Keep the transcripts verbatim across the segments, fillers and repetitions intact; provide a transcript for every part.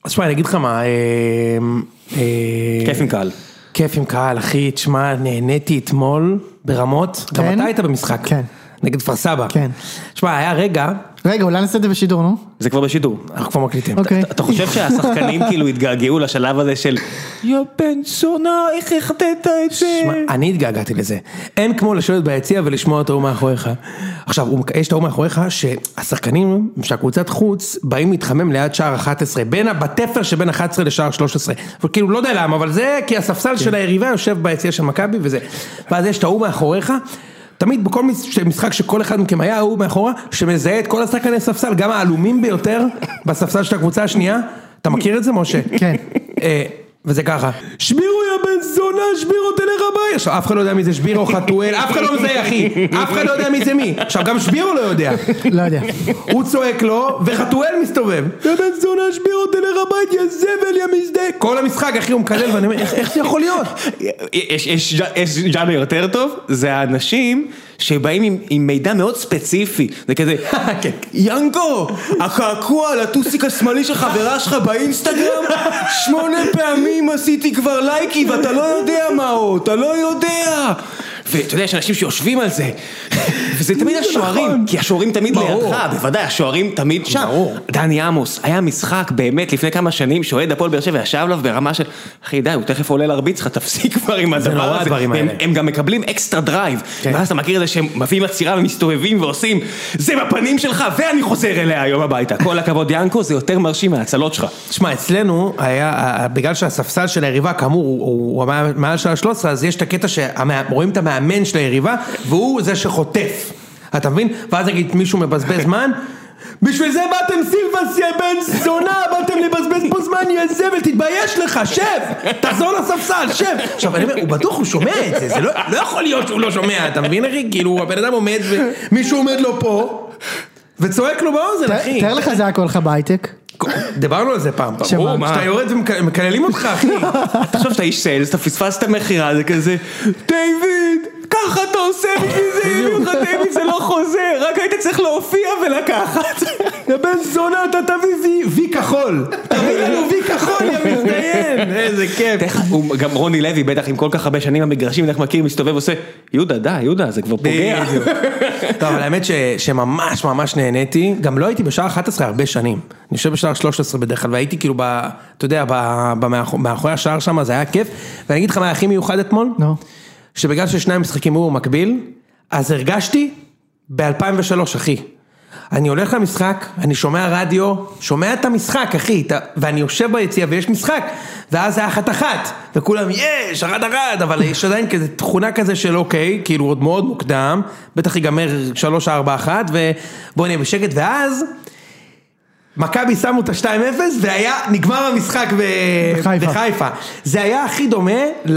אז שמע, אני אגיד לך מה, כיף עם קהל. כיף עם קהל, אחי, תשמע, נהניתי אתמול ברמות, גם אתה היית במשחק, כן. נגד כפר סבא. כן. תשמע, היה רגע, רגע, אולי נעשה את זה בשידור, נו? זה כבר בשידור. אנחנו כבר מקליטים. אוקיי. אתה חושב שהשחקנים כאילו התגעגעו לשלב הזה של יא בן זונה, איך החטאת את זה? שמע, אני התגעגעתי לזה. אין כמו לשבת ביציע ולשמוע את ההוא מאחוריך. עכשיו, יש את ההוא מאחוריך שהשחקנים שהקבוצת חוץ באים להתחמם ליד שער אחת עשרה, בין בתפר שבין אחת עשרה לשער שלוש עשרה. וכאילו, לא יודע למה, אבל זה כי הספסל של היריבה יושב ביציע של מכבי וזה. ואז יש את ההוא מאחוריך, תמיד בכל משחק שכל אחד מכם היה הוא מאחורה, שמזהה את כל השחקני ספסל, גם העלומים ביותר בספסל של הקבוצה השנייה. אתה מכיר את זה, משה? כן. וזה ככה, שבירו יא בן זונה, שבירו תלך הביתה. עכשיו, אף אחד לא יודע מי זה שבירו או חתואל, אף אחד לא מזהה, אחי, אף אחד לא יודע מי זה מי. עכשיו, גם שבירו לא יודע. לא יודע. הוא צועק לו, וחתואל מסתובב. יא בן זונה, שבירו תלך הביתה, יא זבל, יא מזדה. כל המשחק, אחי, הוא מקלל, ואני אומר, איך זה יכול להיות? יש ג'אנר יותר טוב, זה האנשים שבאים עם, עם מידע מאוד ספציפי, זה כזה, ינקו, הקעקוע על הטוסיק השמאלי של חברה שלך באינסטגרם, שמונה פעמים עשיתי כבר לייקי, ואתה לא יודע מהו, אתה לא יודע. ואתה יודע, יש אנשים שיושבים על זה, וזה תמיד השוערים, כי השוערים תמיד לידך, בוודאי, השוערים תמיד שם. דני עמוס, היה משחק באמת לפני כמה שנים, שועד הפועל באר שבע וישב עליו ברמה של, אחי די, הוא תכף עולה להרביץ לך, תפסיק כבר עם הדבר הזה. הם גם מקבלים אקסטרה דרייב, ואז אתה מכיר את זה שהם מביאים עצירה ומסתובבים ועושים, זה בפנים שלך, ואני חוזר אליה היום הביתה. כל הכבוד ינקו, זה יותר מרשים מההצלות שלך. תשמע, אצלנו היה, בגלל שהספסל של היריבה, כאמור, הוא מעל של ה-שלוש עשרה, אז יש את הקטע שרואים את המאמן של היריבה, והוא זה שחוטף. אתה מבין? ואז נגיד מישהו מבזבז זמן, בשביל זה באתם סילבס יא בן זונה, באתם לבזבז פה זמן יא זבל, תתבייש לך, שב, תחזור לספסל, שב. עכשיו אני אומר, הוא בטוח הוא שומע את זה, זה לא, לא יכול להיות שהוא לא שומע, אתה מבין אחי? כאילו הבן אדם עומד ומישהו עומד לו פה, וצועק לו באוזן אחי. תאר לך זה הכל לך בהייטק. דיברנו על זה פעם, שאתה יורד ומקללים אותך אחי. תחשוב שאתה איש סיילס, אתה פספסת מחירה, זה כזה, דיוויד, ככה אתה עושה בשביל זה, דיוויד זה לא חוזר, רק היית צריך להופיע ולקחת. יא בן זונה, אתה תביא וי כחול, תביא לנו וי כחול, יא מזדיין, איזה כיף. גם רוני לוי, בטח עם כל כך הרבה שנים המגרשים, איך מכיר, מסתובב ועושה, יהודה, די, יהודה, זה כבר פוגע. טוב, אבל האמת שממש ממש נהניתי, גם לא הייתי בשעה אחת עשרה הרבה שנים, אני חושב בשעה שלוש עשרה בדרך כלל, והייתי כאילו, אתה יודע, מאחורי השער שם, זה היה כיף, ואני אגיד לך מה הכי מיוחד אתמול, שבגלל ששני המשחקים היו מקביל, אז הרגשתי ב-אלפיים ושלוש, אחי. אני הולך למשחק, אני שומע רדיו, שומע את המשחק, אחי, ואני יושב ביציאה ויש משחק, ואז זה אחת אחת, וכולם, יש, אחת אחת, אבל יש עדיין כזה תכונה כזה של אוקיי, כאילו עוד מאוד מוקדם, בטח ייגמר שלוש ארבע אחת, ובוא נהיה בשקט, ואז מכבי שמו את ה-שתיים אפס, והיה נגמר המשחק בחיפה. זה היה הכי דומה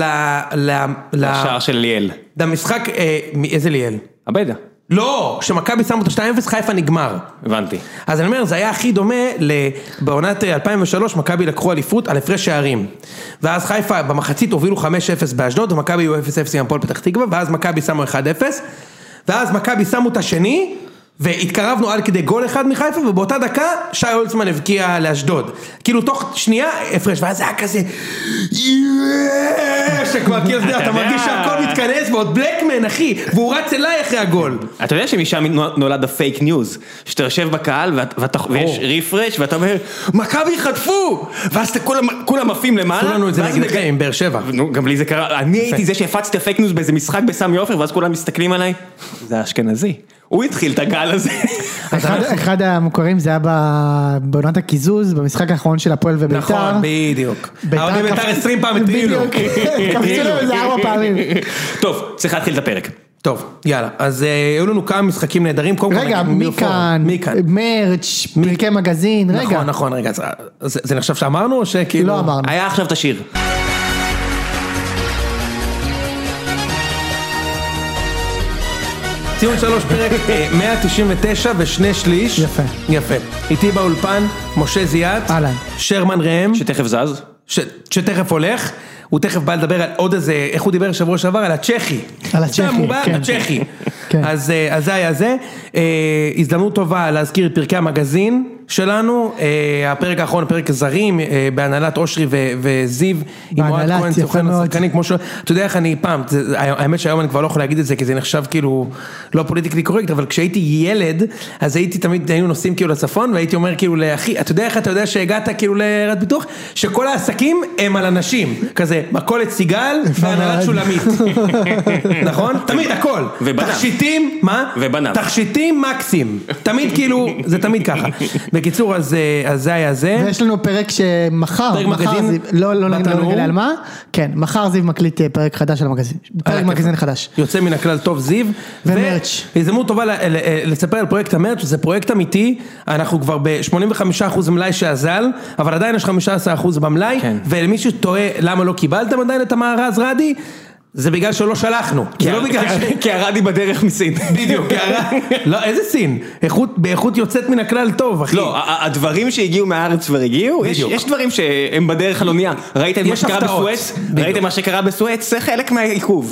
לשער של ליאל. למשחק, איזה ליאל? הבדה. לא, שמכבי שמו את ה-שתיים אפס, חיפה נגמר. הבנתי. אז אני אומר, זה היה הכי דומה בעונת אלפיים ושלוש, מכבי לקחו אליפות על הפרש שערים. ואז חיפה במחצית הובילו חמש אפס באשדוד, ומכבי היו אפס אפס עם הפועל פתח תקווה, ואז מכבי שמו אחד אפס, ואז מכבי שמו את השני, והתקרבנו עד כדי גול אחד מחיפה, ובאותה דקה שי הולצמן הבקיע לאשדוד. כאילו תוך שנייה הפרש, ואז זה היה כזה, שכבר כאילו אתה מרגיש שהכל מתכנס, ועוד בלקמן אחי, והוא רץ אליי אחרי הגול. אתה יודע שמשם נולד הפייק ניוז, שאתה יושב בקהל, ויש ריפרש, ואתה אומר, מכבי חטפו, ואז כולם עפים למעלה. עשו לנו את זה נגדכם עם באר שבע. גם לי זה קרה, אני הייתי זה שהפצתי הפייק ניוז באיזה משחק בסמי עופר, ואז כולם מסתכלים עליי, זה האשכנזי. הוא התחיל את הגל הזה. אחד המוכרים זה היה בעונת הקיזוז, במשחק האחרון של הפועל וביתר. נכון, בדיוק. אבל ביתר עשרים פעם הטרילו. קפצו לו זה ארבע פעמים. טוב, צריך להתחיל את הפרק. טוב, יאללה. אז היו לנו כמה משחקים נהדרים. רגע, מכאן, מרץ', פרקי מגזין, רגע. נכון, נכון, רגע. זה נחשב שאמרנו או שכאילו? לא אמרנו. היה עכשיו את השיר. ציון שלוש פרק מאה תשעים ותשע ושני שליש. יפה. יפה. איתי באולפן, משה זיאת. אהלן. שרמן ראם. שתכף זז. ש... שתכף הולך. הוא תכף בא לדבר על עוד איזה, איך הוא דיבר שבוע שעבר? על הצ'כי. על הצ'כי, כן. הצ'כי. אז, אז זה היה זה. הזדמנות טובה להזכיר את פרקי המגזין. שלנו, הפרק האחרון, פרק זרים, בהנהלת אושרי וזיו, עם אוהד כהן, סוכן השחקנים, כמו ש... אתה יודע איך אני פעם, האמת שהיום אני כבר לא יכול להגיד את זה, כי זה נחשב כאילו לא פוליטיקלי קורקט, אבל כשהייתי ילד, אז הייתי תמיד, היינו נוסעים כאילו לצפון, והייתי אומר כאילו לאחי, אתה יודע איך אתה יודע שהגעת כאילו לרד ביטוח? שכל העסקים הם על אנשים, כזה, מכולת סיגל והנהלת שולמית. נכון? תמיד, הכל. תכשיטים, מה? ובנב. תכשיטים מקסים. תמיד כאילו, זה תמיד ככה. בקיצור, אז זה היה זה. ויש לנו פרק שמחר, פרק מגזין, לא נגלה על מה, כן, מחר זיו מקליט פרק חדש על המגזין, פרק מגזין חדש. יוצא מן הכלל טוב זיו. ומרץ'. והזדמנות טובה לספר על פרויקט המרץ', זה פרויקט אמיתי, אנחנו כבר ב-שמונים וחמישה אחוז מלאי שעזל, אבל עדיין יש חמישה עשר אחוז במלאי, ולמי שטועה למה לא קיבלתם עדיין את המארז רדי, זה בגלל שלא שלחנו. כי הרדי בדרך מסין. בדיוק, לא, איזה סין? באיכות יוצאת מן הכלל טוב, אחי. לא, הדברים שהגיעו מהארץ כבר הגיעו, יש דברים שהם בדרך הלונייה. ראיתם מה שקרה בסואץ? ראיתם מה שקרה בסואץ? זה חלק מהעיכוב.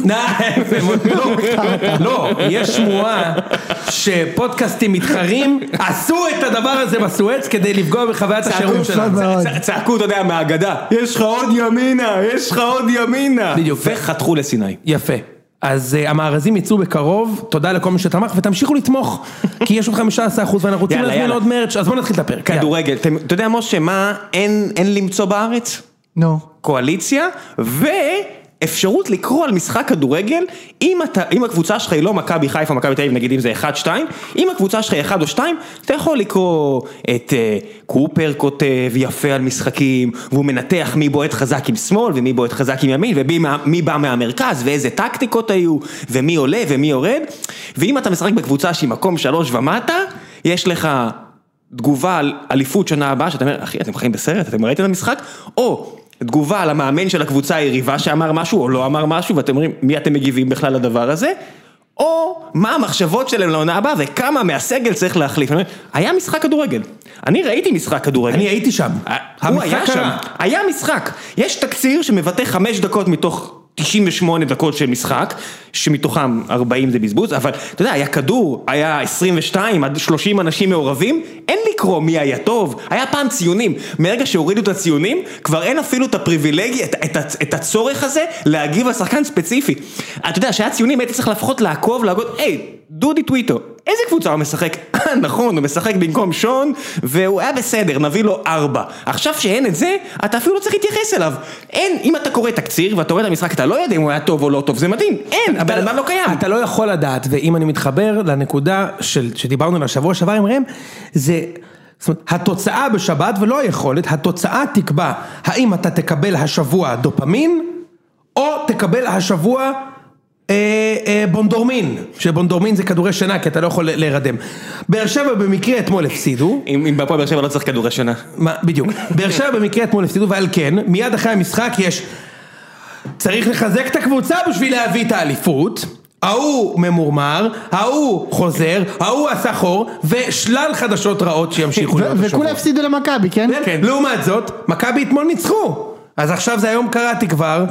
לא, יש שמועה שפודקאסטים מתחרים עשו את הדבר הזה בסואץ כדי לפגוע בחוויית השירות שלנו. צעקו, אתה יודע, מהאגדה. יש לך עוד ימינה, יש לך עוד ימינה. בדיוק. וחתכו לסיני. יפה. אז uh, המארזים יצאו בקרוב, תודה לכל מי שתמך, ותמשיכו לתמוך, כי יש עוד חמישה עשר אחוז ואנחנו רוצים להזמין עוד מרץ', אז בוא נתחיל את הפרק. כדורגל, אתה יודע משה, מה אין, אין למצוא בארץ? נו. קואליציה, ואפשרות לקרוא על משחק כדורגל, אם, אתה, אם הקבוצה שלך היא לא מכבי חיפה, מכבי תל אביב, נגיד אם זה אחד שתיים, אם הקבוצה שלך היא אחד או שתיים, אתה יכול לקרוא את uh, קופר כותב יפה על משחקים, והוא מנתח מי בועט חזק עם שמאל, ומי בועט חזק עם ימין, ומי בא מהמרכז, ואיזה טקטיקות היו, ומי עולה ומי יורד, ואם אתה משחק בקבוצה שהיא מקום שלוש ומטה, יש לך תגובה על אליפות שנה הבאה, שאתה אומר, אחי, אתם חיים בסרט, אתם ראיתם את המשחק? או תגובה על המאמן של הקבוצה היריבה שאמר משהו או לא אמר משהו, ואתם אומרים, מי אתם מגיבים בכלל לדבר הזה? או מה המחשבות שלהם לעונה הבאה, וכמה מהסגל צריך להחליף. היה משחק כדורגל. אני ראיתי משחק כדורגל. אני הייתי שם. הוא היה שם. היה משחק. יש תקציר שמבטא חמש דקות מתוך תשעים ושמונה דקות של משחק, שמתוכם ארבעים זה בזבוז, אבל אתה יודע, היה כדור, היה עשרים ושתיים עד שלושים אנשים מעורבים, אין לקרוא מי היה טוב, היה פעם ציונים, מרגע שהורידו את הציונים, כבר אין אפילו את הפריבילגיה, את, את, את הצורך הזה להגיב על שחקן ספציפי. אתה יודע, שהיה ציונים, הייתי צריך לפחות לעקוב, להגיד, היי, דודי טוויטו, איזה קבוצה הוא משחק? נכון, הוא משחק במקום שון, והוא היה בסדר, נביא לו ארבע. עכשיו שאין את זה, אתה אפילו לא צריך להתייחס אליו. אין, אם אתה קורא תקציר, ואתה רואה את המשחק, אתה לא יודע אם הוא היה טוב או לא טוב, זה מדהים. אין, הבן אדם לא קיים. אתה לא יכול לדעת, ואם אני מתחבר לנקודה של, שדיברנו על השבוע שעבר עם רם, זה, זאת אומרת, התוצאה בשבת ולא היכולת, התוצאה תקבע, האם אתה תקבל השבוע דופמין, או תקבל השבוע בונדורמין, שבונדורמין זה כדורי שינה, כי אתה לא יכול להירדם. באר שבע במקרה אתמול הפסידו. אם בפועל באר שבע לא צריך כדורי שינה. בדיוק. באר שבע במקרה אתמול הפסידו, ועל כן, מיד אחרי המשחק יש, צריך לחזק את הקבוצה בשביל להביא את האליפות, ההוא ממורמר, ההוא חוזר, ההוא עשה חור, ושלל חדשות רעות שימשיכו להיות השבוע. וכולה הפסידו למכבי, כן? כן. לעומת זאת, מכבי אתמול ניצחו. אז עכשיו זה היום קראתי כבר,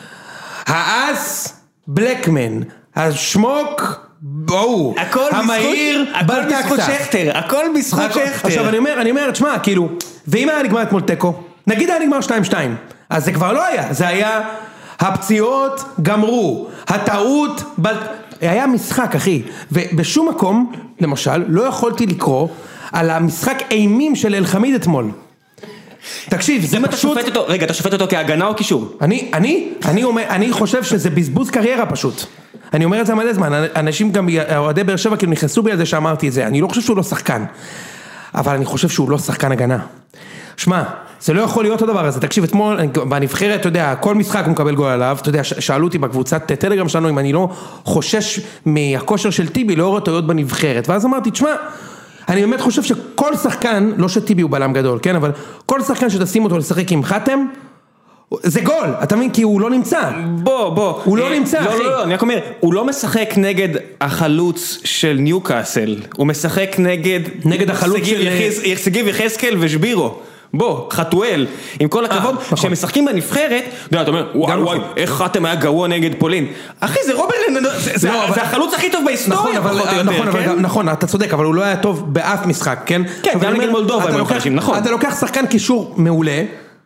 האס בלקמן, השמוק, בואו, המהיר, הכל בזכות שכטר, הכל בזכות שכטר. עכשיו אני אומר, אני אומר, תשמע, כאילו, ואם היה נגמר אתמול טקו, נגיד היה נגמר שתיים שתיים, אז זה כבר לא היה, זה היה, הפציעות גמרו, הטעות, היה משחק, אחי, ובשום מקום, למשל, לא יכולתי לקרוא על המשחק אימים של אלחמיד אתמול. תקשיב, זה פשוט... רגע, אתה שופט אותו כהגנה או קישור? אני, אני, אני אומר, אני חושב שזה בזבוז קריירה פשוט. אני אומר את זה מלא זמן, אנשים גם, אוהדי באר שבע כאילו נכנסו בי על זה שאמרתי את זה, אני לא חושב שהוא לא שחקן, אבל אני חושב שהוא לא שחקן הגנה. שמע, זה לא יכול להיות הדבר הזה, תקשיב, אתמול, בנבחרת, אתה יודע, כל משחק הוא מקבל גול עליו, אתה יודע, שאלו אותי בקבוצת טלגרם שלנו, אם אני לא חושש מהכושר של טיבי, לא רואה טעויות בנבחרת, ואז אמרתי, תשמע, אני באמת חושב שכל שחקן, לא שטיבי הוא בלם גדול, כן, אבל כל שחקן שתשים אותו לשחק עם חתם, זה גול, אתה מבין? כי הוא לא נמצא. בוא, בוא. הוא לא נמצא, אחי. לא, לא, אני רק אומר, הוא לא משחק נגד החלוץ של ניוקאסל, הוא משחק נגד... נגד החלוץ של... שגיב יחזקאל ושבירו. בוא, חתואל, עם כל הכבוד, שהם משחקים בנבחרת, אתה אומר, וואי וואי, איך חתם היה גרוע נגד פולין. אחי, זה רוברלנד, זה החלוץ הכי טוב בהיסטוריה, פחות או יותר. נכון, אתה צודק, אבל הוא לא היה טוב באף משחק, כן? כן, גם נגד מולדובה הם חדשים, נכון. אתה לוקח שחקן קישור מעולה,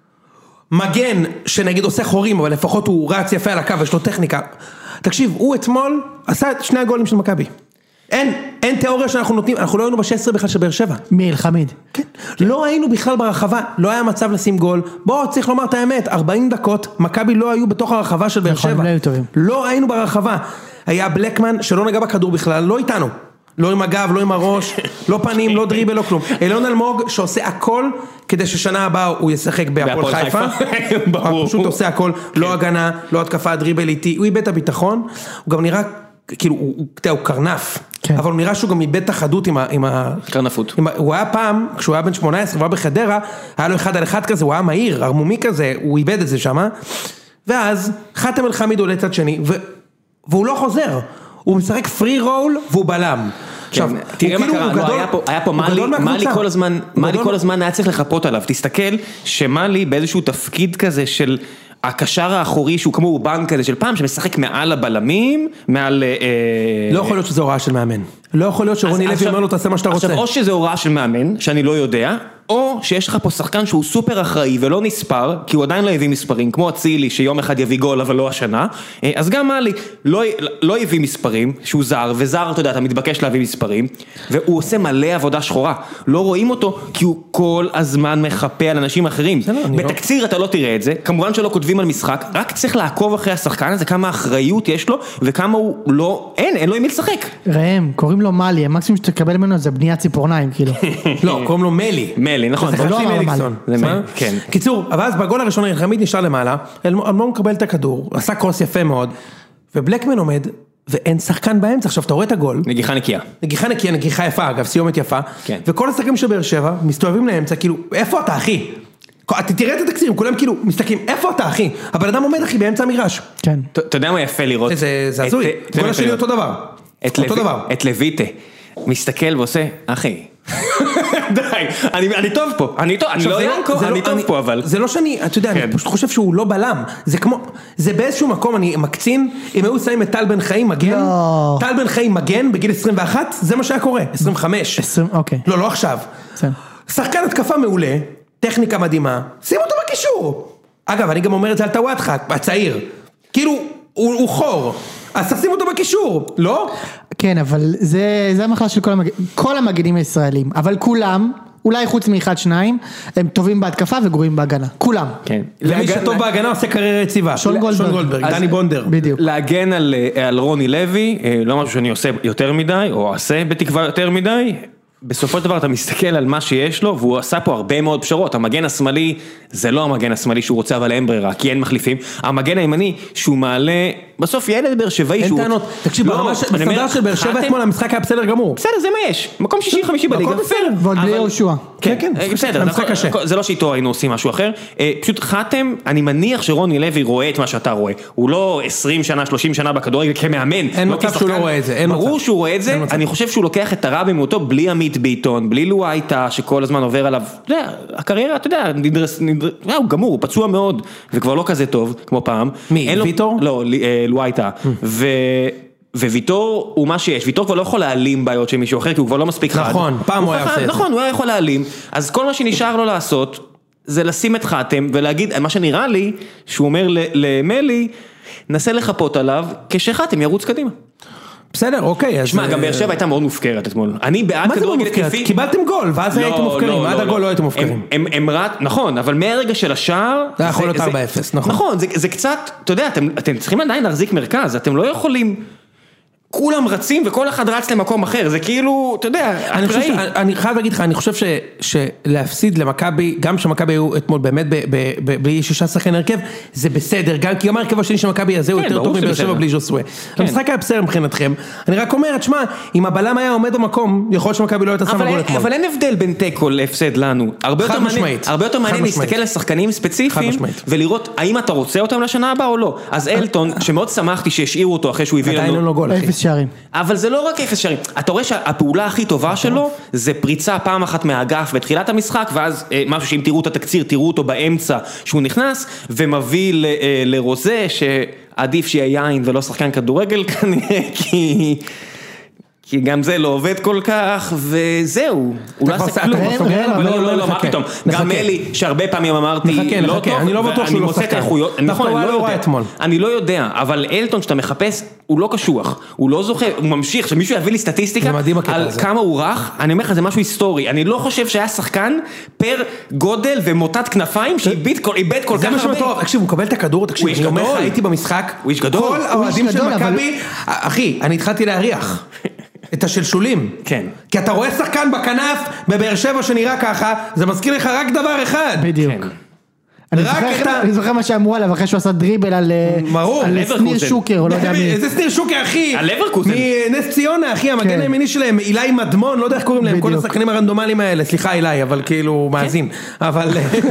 מגן שנגיד עושה חורים, אבל לפחות הוא רץ יפה על הקו, יש לו טכניקה. תקשיב, הוא אתמול עשה את שני הגולים של מכבי. אין, אין תיאוריה שאנחנו נותנים, אנחנו לא היינו ב-שש עשרה בכלל של באר שבע. מיל חמיד. כן. לא היינו בכלל ברחבה, לא היה מצב לשים גול. בואו, צריך לומר את האמת, ארבעים דקות, מכבי לא היו בתוך הרחבה של באר שבע. לא היינו ברחבה. היה בלקמן שלא נגע בכדור בכלל, לא איתנו. לא עם הגב, לא עם הראש, לא פנים, לא דריבל, לא כלום. אילון אלמוג שעושה הכל כדי ששנה הבאה הוא ישחק בהפועל חיפה. הוא פשוט עושה הכל, לא הגנה, לא התקפה, דריבל איתי. הוא איבד את הביטחון, הוא גם נראה כאילו, הוא קרנף, אבל הוא נראה שהוא גם איבד את החדות עם ה... קרנפות. הוא היה פעם, כשהוא היה בן שמונה עשרה, הוא היה בחדרה, היה לו אחד על אחד כזה, הוא היה מהיר, הרמומי כזה, הוא איבד את זה שם, ואז חתם אל חמיד עולה צד שני, והוא לא חוזר, הוא משחק פרי רול, והוא בלם. עכשיו, תראה מה קרה, היה פה מאלי כל הזמן, מאלי כל הזמן היה צריך לחפות עליו, תסתכל שמאלי באיזשהו תפקיד כזה של... הקשר האחורי שהוא כמו אובן כזה של פעם שמשחק מעל הבלמים, מעל... לא יכול להיות שזה הוראה של מאמן. לא יכול להיות שרוני לוי אומר לו תעשה מה שאתה רוצה. עכשיו או שזה הוראה של מאמן, שאני לא יודע, או שיש לך פה שחקן שהוא סופר אחראי ולא נספר, כי הוא עדיין לא הביא מספרים, כמו הצילי שיום אחד יביא גול אבל לא השנה, אז גם מאלי לא, לא הביא מספרים, שהוא זר, וזר אתה יודע, אתה מתבקש להביא מספרים, והוא עושה מלא עבודה שחורה, לא רואים אותו כי הוא כל הזמן מחפה על אנשים אחרים, בתקציר לא... אתה לא תראה את זה, כמובן שלא כותבים על משחק, רק צריך לעקוב אחרי השחקן הזה, כמה אחריות יש לו, וכמה הוא לא, אין, אין לו עם מי לשחק. ראם, קוראים לו מאלי, המקסימום שתקבל ממנו זה בניית ציפורניים, כאילו. לא, קוראים לו מלי. מלי, נכון. זה חצי מליקסון. כן. קיצור, אבל אז בגול הראשון חמיד נשאר למעלה, אלמוג מקבל את הכדור, עשה קרוס יפה מאוד, ובלקמן עומד, ואין שחקן באמצע, עכשיו אתה רואה את הגול. נגיחה נקייה. נגיחה נקייה, נגיחה יפה, אגב, סיומת יפה. וכל השחקנים של באר שבע מסתובבים לאמצע, כאילו, איפה אתה, אחי? תראה את התקצירים, כולם כאילו מסתכלים, איפה אתה, אחי? הבן אדם עומד, אחי, באמצע המגרש. כן. אתה יודע מה יפה לראות? זה הזוי. גול השני אותו דבר. אותו דבר. את לויטה. מסתכל ועושה, אחי. די, אני טוב פה, אני לא ינקו, אני טוב פה אבל. זה לא שאני, אתה יודע, אני פשוט חושב שהוא לא בלם, זה כמו, זה באיזשהו מקום, אני מקצין, אם היו שמים את טל בן חיים מגן, טל בן חיים מגן בגיל עשרים ואחת, זה מה שהיה קורה, עשרים וחמש. אוקיי. לא, לא עכשיו. שחקן התקפה מעולה, טכניקה מדהימה, שים אותו בקישור. אגב, אני גם אומר את זה על טוואטחה, הצעיר. כאילו, הוא חור. אז תשים אותו בקישור, לא? כן, אבל זה, זה המחלה של כל, המג... כל המגנים הישראלים, אבל כולם, אולי חוץ מאחד שניים, הם טובים בהתקפה וגרועים בהגנה, כולם. כן. ומי שטוב בהגנה עושה קריירה יציבה. שון גולדברג, דני בונדר. בדיוק. להגן על, על רוני לוי, לא משהו שאני עושה יותר מדי, או עושה בתקווה יותר מדי, בסופו של דבר אתה מסתכל על מה שיש לו, והוא עשה פה הרבה מאוד פשרות. המגן השמאלי, זה לא המגן השמאלי שהוא רוצה, אבל אין ברירה, כי אין מחליפים. המגן הימני, שהוא מעלה, בסוף ילד באר שבעי שהוא... אין טענות. תקשיב, בסטנדרט של באר שבע אתמול המשחק היה בסדר גמור. בסדר, זה מה יש. מקום שישי חמישי בליגה. ועוד בלי יהושע. כן, כן, בסדר. המשחק קשה. זה לא שאיתו היינו עושים משהו אחר. פשוט חתם, אני מניח שרוני לוי רואה את מה שאתה רואה. הוא לא עשרים שנה, שלושים שנה בכדורגל כמאמן. אין מצב שהוא לא רואה את זה. ברור שהוא רואה את זה. אני חושב שהוא לוקח את הרע במותו בלי עמית ביטון, בלי לואייטה שכל הזמן עובר עליו. אתה יודע, הקריירה, אתה יודע, נדרס, נדרס, הוא גמור, הוא פצוע מאוד, וכבר לא כזה טוב, כמו פעם. מי? ויטור? לא, לואייטה. ו... וויטור הוא מה שיש, ויטור כבר לא יכול להעלים בעיות של מישהו אחר, כי הוא כבר לא מספיק חד. נכון, פעם הוא היה עושה את זה. נכון, הוא היה יכול להעלים, אז כל מה שנשאר לו לעשות, זה לשים את חתם, ולהגיד, מה שנראה לי, שהוא אומר למלי, נסה לחפות עליו, כשחתם ירוץ קדימה. בסדר, אוקיי. תשמע, גם באר שבע הייתה מאוד מופקרת אתמול. אני בעד כדורגל התקפי. קיבלתם גול, ואז הייתם מופקרים, עד הגול לא הייתם מופקרים. הם רט, נכון, אבל מהרגע של השער... זה יכול להיות ארבע אפס, נכון. נכון, זה קצת, אתה יודע, אתם צריכים עדיין להחזיק מרכז, אתם לא יכולים... כולם רצים וכל אחד רץ למקום אחר, זה כאילו, אתה יודע, אקראי. אני חייב להגיד לך, אני חושב שלהפסיד למכבי, גם שמכבי היו אתמול באמת בלי שישה שחקני הרכב, זה בסדר, גם כי גם הרכב השני של מכבי הזה הוא יותר טוב מבאר שבע בלי ז'וסווה. המשחק היה בסדר מבחינתכם, אני רק אומר, תשמע, אם הבלם היה עומד במקום, יכול להיות שמכבי לא הייתה שמה גול אתמול. אבל אין הבדל בין תיקו להפסד לנו. הרבה יותר מעניין להסתכל על שחקנים ספציפיים, ולראות האם אתה רוצה אותם לשנה הבאה או לא. אז אלטון, שמאוד שמחתי שהשאירו אותו אחרי שהוא הביא לנו שערים. אבל זה לא רק אפס שערים, אתה רואה שהפעולה הכי טובה שלו זה פריצה פעם אחת מהאגף בתחילת המשחק, ואז משהו שאם תראו את התקציר, תראו אותו באמצע שהוא נכנס, ומביא ל, לרוזה שעדיף שיהיה יין ולא שחקן כדורגל כנראה, כי... כי גם זה לא עובד כל כך, וזהו, הוא לא עשה כלום. לא, לא, לא, מה פתאום. גם אלי, שהרבה פעמים אמרתי, לא טוב, אני לא בטוח שהוא לא שחקן. נכון, אני לא יודע. אני לא יודע, אבל אלטון שאתה מחפש, הוא לא קשוח. הוא לא זוכה, הוא ממשיך, שמישהו יביא לי סטטיסטיקה, על כמה הוא רך, אני אומר לך, זה משהו היסטורי. אני לא חושב שהיה שחקן פר גודל ומוטת כנפיים, שאיבד כל כך הרבה. תקשיב, הוא מקבל את הכדור, תקשיב, אני אומר לך, הייתי במשחק, כל האוהדים של מכבי, אחי, אני התחלתי להריח. את השלשולים. כן. כי אתה רואה שחקן בכנף בבאר שבע שנראה ככה, זה מזכיר לך רק דבר אחד. בדיוק. אני זוכר מה שאמרו עליו אחרי שהוא עשה דריבל על סניר שוקר או לא יודע מי. איזה סניר שוקר אחי? על לברקוזן. מנס ציונה אחי, המגן הימיני שלהם, אילי מדמון, לא יודע איך קוראים להם, כל השחקנים הרנדומליים האלה, סליחה אילי, אבל כאילו מאזין. אבל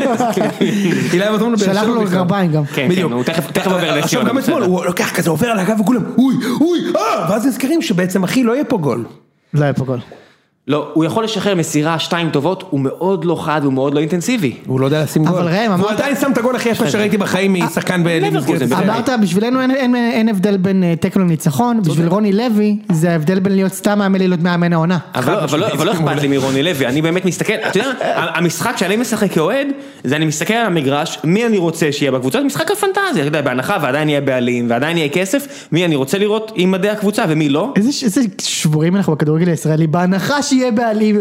אילי מדמון בבאר שבע. שלח לו גרביים גם. כן, כן, הוא תכף עובר לנס ציונה. גם אתמול, הוא לוקח כזה, עובר על הגב וכולם, אוי, אוי, אה, ואז נזכרים שבעצם אחי לא יהיה פה גול. לא יהיה פה גול. לא, הוא יכול לשחרר מסירה שתיים טובות, הוא מאוד לא חד, הוא מאוד לא אינטנסיבי. הוא לא יודע לשים גול. אבל ראם, אמרת... הוא עדיין שם את הגול הכי יפה שראיתי בחיים משחקן בליברקוזן. אמרת, בשבילנו אין הבדל בין תיקו לניצחון, בשביל רוני לוי, זה ההבדל בין להיות סתם מאמן להיות מאמן העונה. אבל לא אכפת לי מרוני לוי, אני באמת מסתכל, אתה יודע, המשחק שאני משחק כאוהד, זה אני מסתכל על המגרש, מי אני רוצה שיהיה בקבוצה, זה משחק הפנטזיה, אתה יודע, בהנחה, ועדיין יהיה בעלים, ועדיין יהיה כסף, מי אני רוצה לראות עם מדעי הקבוצה, ומי לא. איזה שבורים אנחנו בכדורגל הישראלי, בהנחה שיהיה בעלים,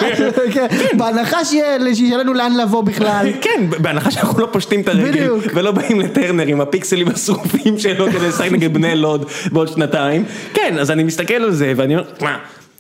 בהנחה שיהיה לנו לאן לבוא בכלל. כן, בהנחה שאנחנו לא פושטים את הרגל, ולא באים לטרנר עם הפיקסלים השרופים שלו, כדי לשחק נגד בני לוד בעוד שנתיים. כן, אז אני מסתכל על זה, ואני אומר, מה,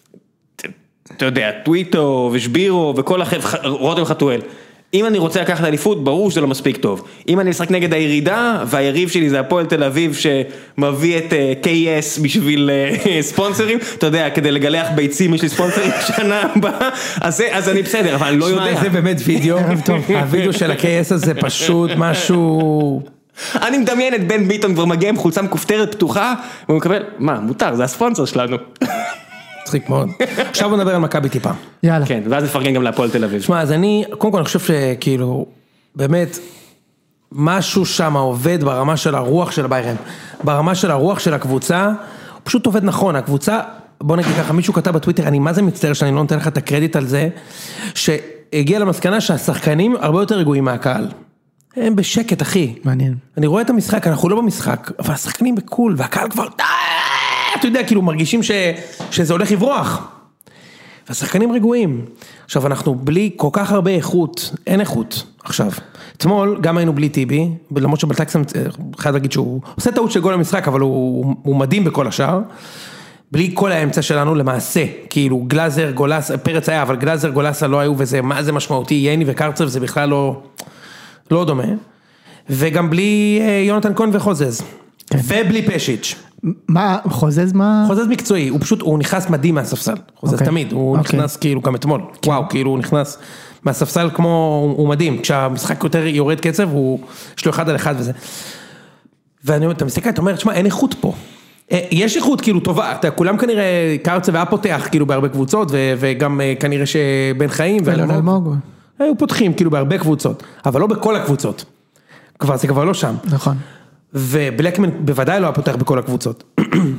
אתה יודע, טוויטו ושבירו, וכל רותם חתואל. אם אני רוצה לקחת אליפות, ברור שזה לא מספיק טוב. אם אני אשחק נגד הירידה, והיריב שלי זה הפועל תל אביב, שמביא את קיי אס בשביל ספונסרים, אתה יודע, כדי לגלח ביצים, יש לי ספונסרים שנה הבאה, אז אני בסדר, אבל אני לא יודע. זה באמת וידאו, הוידאו של ה-קיי אס הזה פשוט משהו... אני מדמיין את בן ביטון כבר מגיע עם חולצה מכופתרת פתוחה, והוא מקבל, מה, מותר, זה הספונסר שלנו. מצחיק מאוד. עכשיו בוא נדבר על מכבי טיפה. יאללה. כן, ואז נפרגן גם להפועל תל אביב. שמע, אז אני, קודם כל אני חושב שכאילו, באמת, משהו שם עובד ברמה של הרוח של ביירן, ברמה של הרוח של הקבוצה, הוא פשוט עובד נכון, הקבוצה, בוא נגיד ככה, מישהו כתב בטוויטר, אני מה זה מצטער שאני לא נותן לך את הקרדיט על זה, שהגיע למסקנה שהשחקנים הרבה יותר רגועים מהקהל. הם בשקט, אחי. מעניין. אני רואה את המשחק, אנחנו לא במשחק, אבל השחקנים בקול, והקהל כבר, אתה יודע, כאילו מרגישים ש, שזה הולך לברוח. והשחקנים רגועים. עכשיו, אנחנו בלי כל כך הרבה איכות, אין איכות. עכשיו, אתמול גם היינו בלי טיבי, למרות שבלטקסם, חייב להגיד שהוא עושה טעות של גול למשחק, אבל הוא, הוא מדהים בכל השאר. בלי כל האמצע שלנו למעשה, כאילו גלאזר, גולס, פרץ היה, אבל גלאזר, גולסה לא היו, וזה, מה זה משמעותי, יני וקרצב, זה בכלל לא, לא דומה. וגם בלי יונתן כהן וחוזז. ובלי פשיץ'. מה, חוזז מה? חוזז מקצועי, הוא פשוט, הוא נכנס מדהים מהספסל, חוזז תמיד, הוא נכנס כאילו גם אתמול, וואו, כאילו הוא נכנס מהספסל כמו, הוא מדהים, כשהמשחק יותר יורד קצב, יש לו אחד על אחד וזה, ואני אומר, אתה מסתכל, אתה אומר, תשמע, אין איכות פה, יש איכות כאילו טובה, כולם כנראה, קרצב היה פותח כאילו בהרבה קבוצות, וגם כנראה שבן חיים, היו פותחים כאילו בהרבה קבוצות, אבל לא בכל הקבוצות, כבר זה כבר לא שם. נכון. ובלקמן בוודאי לא הפותח בכל הקבוצות.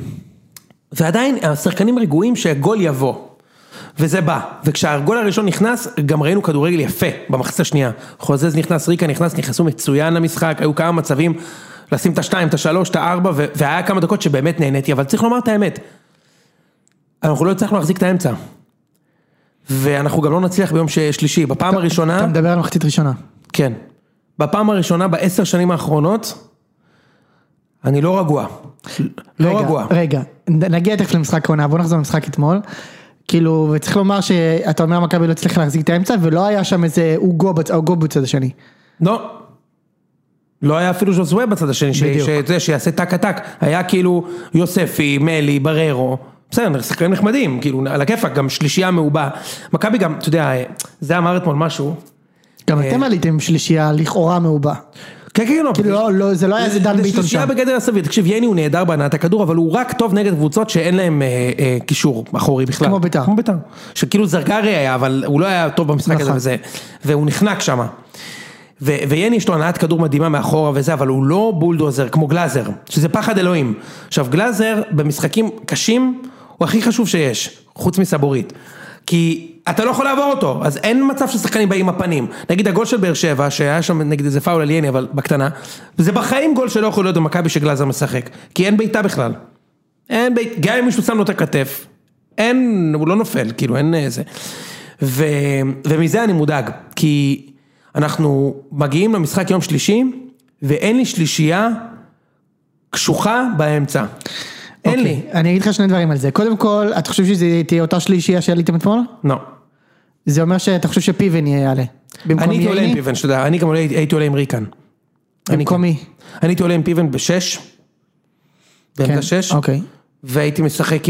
ועדיין השחקנים רגועים שהגול יבוא. וזה בא. וכשהגול הראשון נכנס, גם ראינו כדורגל יפה במחצית השנייה. חוזז נכנס, ריקה נכנס, נכנסו מצוין למשחק, היו כמה מצבים לשים את השתיים, את השלוש, את הארבע, והיה כמה דקות שבאמת נהניתי, אבל צריך לומר את האמת. אנחנו לא הצלחנו להחזיק את האמצע. ואנחנו גם לא נצליח ביום שלישי. בפעם הראשונה... אתה מדבר על מחצית ראשונה. כן. בפעם הראשונה, בעשר שנים האחרונות, אני לא רגוע, לא רגע, רגוע. רגע, נגיע תכף למשחק העונה, בוא נחזור למשחק אתמול, כאילו, וצריך לומר שאתה אומר מכבי לא הצליח להחזיק את האמצע, ולא היה שם איזה אוגו בצד השני. לא, לא היה אפילו ז'וזווה בצד השני, שזה שיעשה טק הטק, היה כאילו יוספי, מלי, בררו, בסדר, שחקנים נחמדים, כאילו, על הכיפק, גם שלישייה מעובה, מכבי גם, אתה יודע, זה אמר אתמול משהו. גם אתם עליתם שלישייה לכאורה מעובה. כן, כן, לא, זה לא היה איזה דן ביטון שם. זה שלישייה בגדר הסביר, תקשיב, ייני הוא נהדר בהנעת הכדור, אבל הוא רק טוב נגד קבוצות שאין להם קישור אחורי בכלל. כמו ביתר. כמו ביתר. שכאילו זרגרי היה, אבל הוא לא היה טוב במשחק הזה וזה, והוא נחנק שם. וייני יש לו הנעת כדור מדהימה מאחורה וזה, אבל הוא לא בולדוזר כמו גלאזר, שזה פחד אלוהים. עכשיו, גלאזר במשחקים קשים, הוא הכי חשוב שיש, חוץ מסבורית. כי אתה לא יכול לעבור אותו, אז אין מצב ששחקנים באים הפנים. נגיד הגול של באר שבע, שהיה שם נגיד איזה פאול על ייני, אבל בקטנה, זה בחיים גול שלא יכול להיות במכבי שגלאזר משחק, כי אין ביתה בכלל. אין בית, גם אם מישהו שם לו את הכתף, אין, הוא לא נופל, כאילו, אין איזה. ו, ומזה אני מודאג, כי אנחנו מגיעים למשחק יום שלישי, ואין לי שלישייה קשוחה באמצע. אין לי. אני אגיד לך שני דברים על זה. קודם כל, אתה חושב שזה תהיה אותה שלישייה שעליתם אתמול? לא. זה אומר שאתה חושב שפיבן יעלה. אני הייתי עולה עם פיבן, שתדע, אני גם הייתי עולה עם ריקן. במקום מי? אני הייתי עולה עם פיבן בשש, באמצע שש, והייתי משחק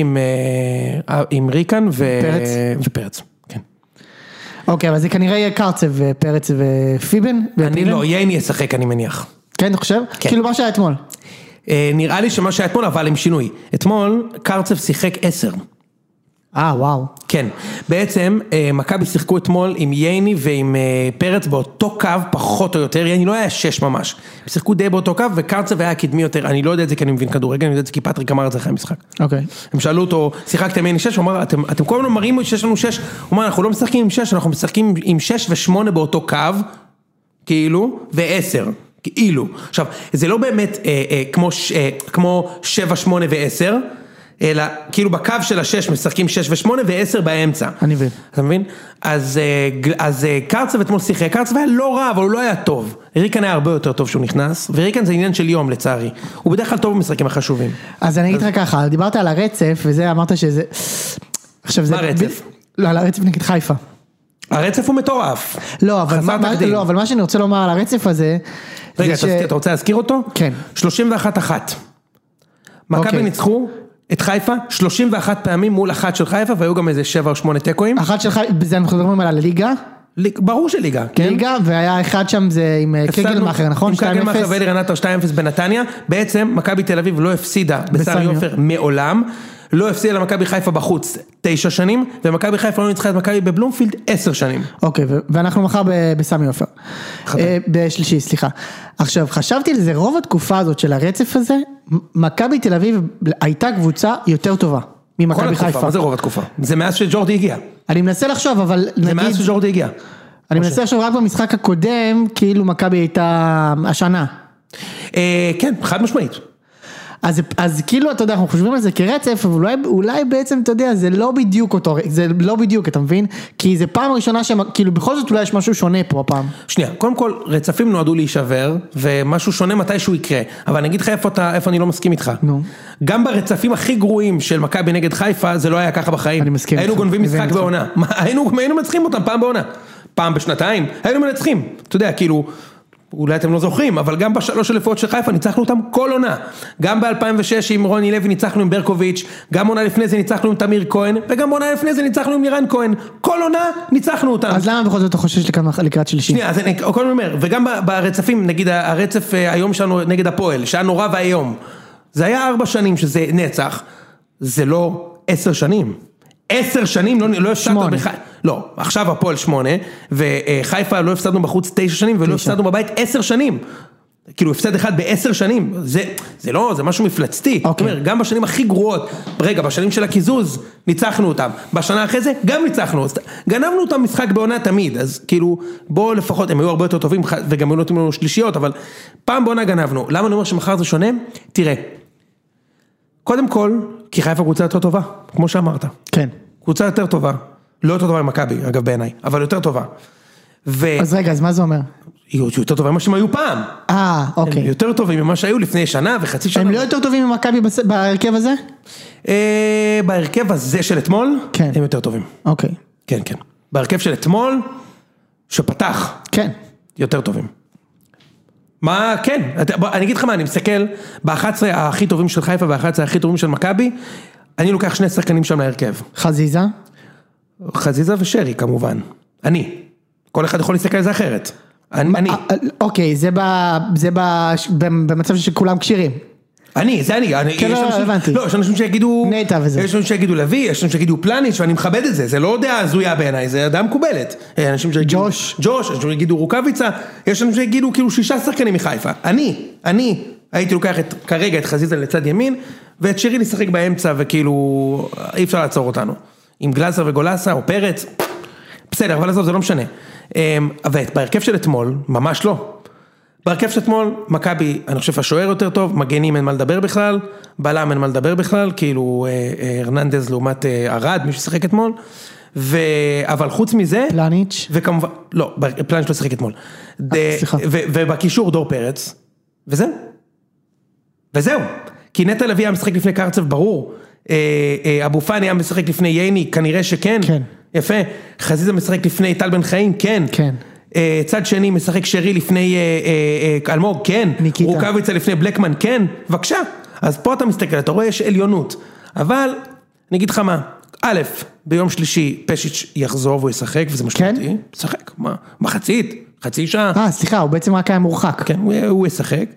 עם ריקן ופרץ. כן. אוקיי, אבל זה כנראה יהיה קרצב ופרץ ופיבן? אני לא, ייני ישחק, אני מניח. כן, אתה חושב? כאילו מה שהיה אתמול? נראה לי שמה שהיה אתמול, אבל עם שינוי. אתמול קרצב שיחק עשר. אה, וואו. כן. בעצם, מכבי שיחקו אתמול עם ייני ועם פרץ באותו קו, פחות או יותר. ייני לא היה שש ממש. הם שיחקו די באותו קו, וקרצב היה קדמי יותר. אני לא יודע את זה כי אני מבין כדורגל, אני יודע את זה כי פטריק אמר את זה אחרי המשחק. אוקיי. הם שאלו אותו, שיחקתם ייני שש? הוא אמר, אתם, אתם כל הזמן מראים שיש לנו שש. הוא אמר, אנחנו לא משחקים עם שש, אנחנו משחקים עם שש ושמונה באותו קו, כאילו, ועשר. כאילו, עכשיו, זה לא באמת אה, אה, כמו, אה, כמו שבע, שמונה ועשר, אלא כאילו בקו של השש משחקים שש ושמונה ועשר באמצע. אני מבין. אתה מבין? אז, אה, אז אה, קרצב אתמול שיחק, קרצב היה לא רע, אבל הוא לא היה טוב. ריקן היה הרבה יותר טוב שהוא נכנס, וריקן זה עניין של יום לצערי. הוא בדרך כלל טוב במשחקים החשובים. אז אני אגיד לך ככה, דיברת על הרצף, וזה אמרת שזה... עכשיו, מה הרצף? לא, על הרצף נגד חיפה. הרצף הוא מטורף. לא, אבל מה, לא, אבל מה שאני רוצה לומר על הרצף הזה... רגע, ש... אתה רוצה להזכיר אותו? כן. שלושים ואחת אחת. מכבי ניצחו את חיפה שלושים ואחת פעמים מול אחת של חיפה, והיו גם איזה שבע או שמונה טקואים. אחת של חיפה, זה אנחנו מדברים על הליגה? ברור של ליגה, כן? ליגה, והיה אחד שם זה עם קגלמאכר, נכון? עם קגלמאכר ואלירן עטר שתיים אפס בנתניה. בעצם מכבי תל אביב לא הפסידה בסמי עופר מעולם. לא הפסידה למכבי חיפה בחוץ תשע שנים, ומכבי חיפה לא ניצחה את מכבי בבלומפילד עשר שנים. אוקיי, ואנחנו מחר בסמי עופר. בשלישי, סליחה. עכשיו, חשבתי על זה, רוב התקופה הזאת של הרצף הזה, מכבי תל אביב הייתה קבוצה יותר טובה ממכבי חיפה. מה זה רוב התקופה? זה מאז שג'ורדי הגיע. אני מנסה לחשוב, אבל נגיד... זה מאז שג'ורדי הגיע. אני מנסה לחשוב רק במשחק הקודם, כאילו מכבי הייתה השנה. כן, חד משמעית. אז, אז כאילו, אתה יודע, אנחנו חושבים על זה כרצף, אבל אולי, אולי בעצם, אתה יודע, זה לא בדיוק אותו, זה לא בדיוק, אתה מבין? כי זה פעם ראשונה שכאילו, בכל זאת אולי יש משהו שונה פה הפעם. שנייה, קודם כל, רצפים נועדו להישבר, ומשהו שונה מתי שהוא יקרה, אבל אני אגיד לך איפה, אתה, איפה אני לא מסכים איתך. נו. גם ברצפים הכי גרועים של מכבי נגד חיפה, זה לא היה ככה בחיים. אני מסכים. היינו גונבים משחק בעונה. מה, היינו, היינו מנצחים אותם פעם בעונה. פעם בשנתיים, היינו מנצחים. אתה יודע, כאילו, אולי אתם לא זוכרים, אבל גם בשלוש אליפויות של חיפה ניצחנו אותם כל עונה. גם ב-אלפיים ושש עם רוני לוי ניצחנו עם ברקוביץ', גם עונה לפני זה ניצחנו עם תמיר כהן, וגם עונה לפני זה ניצחנו עם לירן כהן. כל עונה ניצחנו אותם. אז למה בכל זאת אתה חושש לקראת שלישי? שנייה, אז אני כל אומר, וגם ברצפים, נגיד הרצף היום שלנו נגד הפועל, שהיה נורא והיום, זה היה ארבע שנים שזה נצח, זה לא עשר שנים. עשר שנים לא, לא הפסדנו בח... לא, עכשיו הפועל שמונה, וחיפה לא הפסדנו בחוץ תשע שנים, ולא הפסדנו בבית עשר שנים. כאילו הפסד אחד בעשר שנים, זה, זה לא, זה משהו מפלצתי. זאת אומרת, גם בשנים הכי גרועות, רגע, בשנים של הקיזוז, ניצחנו אותם. בשנה אחרי זה, גם ניצחנו. גנבנו אותם משחק בעונה תמיד, אז כאילו, בואו לפחות, הם היו הרבה יותר טובים, וגם היו נותנים לנו שלישיות, אבל פעם בעונה גנבנו. למה אני אומר שמחר זה שונה? תראה, קודם כל, כי חיפה קבוצה יותר טובה, כמו שאמרת. כן. קבוצה יותר טובה. לא יותר טובה ממכבי, אגב בעיניי, אבל יותר טובה. ו... אז רגע, אז מה זה אומר? היא יותר טובה ממה שהם היו פעם. אה, אוקיי. הם יותר טובים ממה שהיו לפני שנה וחצי שנה. הם לא יותר טובים ממכבי בהרכב הזה? אה, בהרכב הזה של אתמול, כן. הם יותר טובים. אוקיי. כן, כן. בהרכב של אתמול, שפתח. כן. יותר טובים. מה, כן. אני אגיד לך מה, אני מסתכל, ב-אחת עשרה הכי טובים של חיפה, ב-אחת עשרה הכי טובים של מכבי, אני לוקח שני שחקנים שם להרכב. חזיזה? חזיזה ושרי כמובן. אני. כל אחד יכול להסתכל על זה אחרת. אני. אוקיי, זה במצב שכולם קשירים. אני, זה אני, כן, לא, לא, הבנתי. לא, יש אנשים שיגידו, נטע וזה. יש אנשים שיגידו לוי, יש אנשים שיגידו פלניץ' ואני מכבד את זה, זה לא דעה הזויה בעיניי, זה דעה מקובלת. אנשים שיגידו, ג'וש. ג'וש, אנשים שיגידו רוקביצה, יש אנשים שיגידו כאילו שישה שחקנים מחיפה. אני, אני, הייתי לוקח את, כרגע את חזיזה לצד ימין, ואת שירי לשחק באמצע, וכאילו, אי אפשר לעצור אותנו. עם גלאזר וגולסה, או פרץ, בסדר, אבל עזוב, זה לא משנה. אבל בהרכב של אתמול, ממש לא. בהרכב של אתמול, מכבי, אני חושב, השוער יותר טוב, מגנים אין מה לדבר בכלל, בלם אין מה לדבר בכלל, כאילו, הרננדז לעומת ארד, מי ששחק אתמול, אבל חוץ מזה, פלניץ' וכמובן, לא, פלניץ' לא שחק אתמול, ובקישור דור פרץ, וזהו, וזהו, כי נטע לוי היה משחק לפני קרצב, ברור, אבו פאני היה משחק לפני ייני, כנראה שכן, יפה, חזיזה משחק לפני טל בן חיים, כן, כן, צד שני משחק שרי לפני אלמוג, כן, רוקביצה לפני בלקמן, כן, בבקשה, אז פה אתה מסתכל, אתה רואה יש עליונות, אבל אני אגיד לך מה, א', ביום שלישי פשיץ' יחזור והוא ישחק, וזה משמעותי, ישחק, מה, מחצית, חצי שעה. אה, סליחה, הוא בעצם רק היה מורחק. כן, הוא ישחק,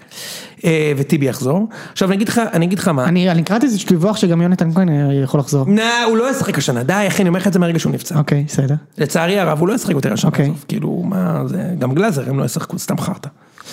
וטיבי יחזור. עכשיו אני אגיד לך, אני אגיד לך מה. אני קראתי איזה דיווח שגם יונתן כהן יכול לחזור. נה, הוא לא ישחק השנה, די, אחי, אני אומר לך את זה מהרגע שהוא נפצע. אוקיי, בסדר. לצערי הרב, הוא לא ישחק יותר השנה. אוקיי. כאילו, מה, זה, גם גלאזר, הם לא ישחקו, סתם חרטה.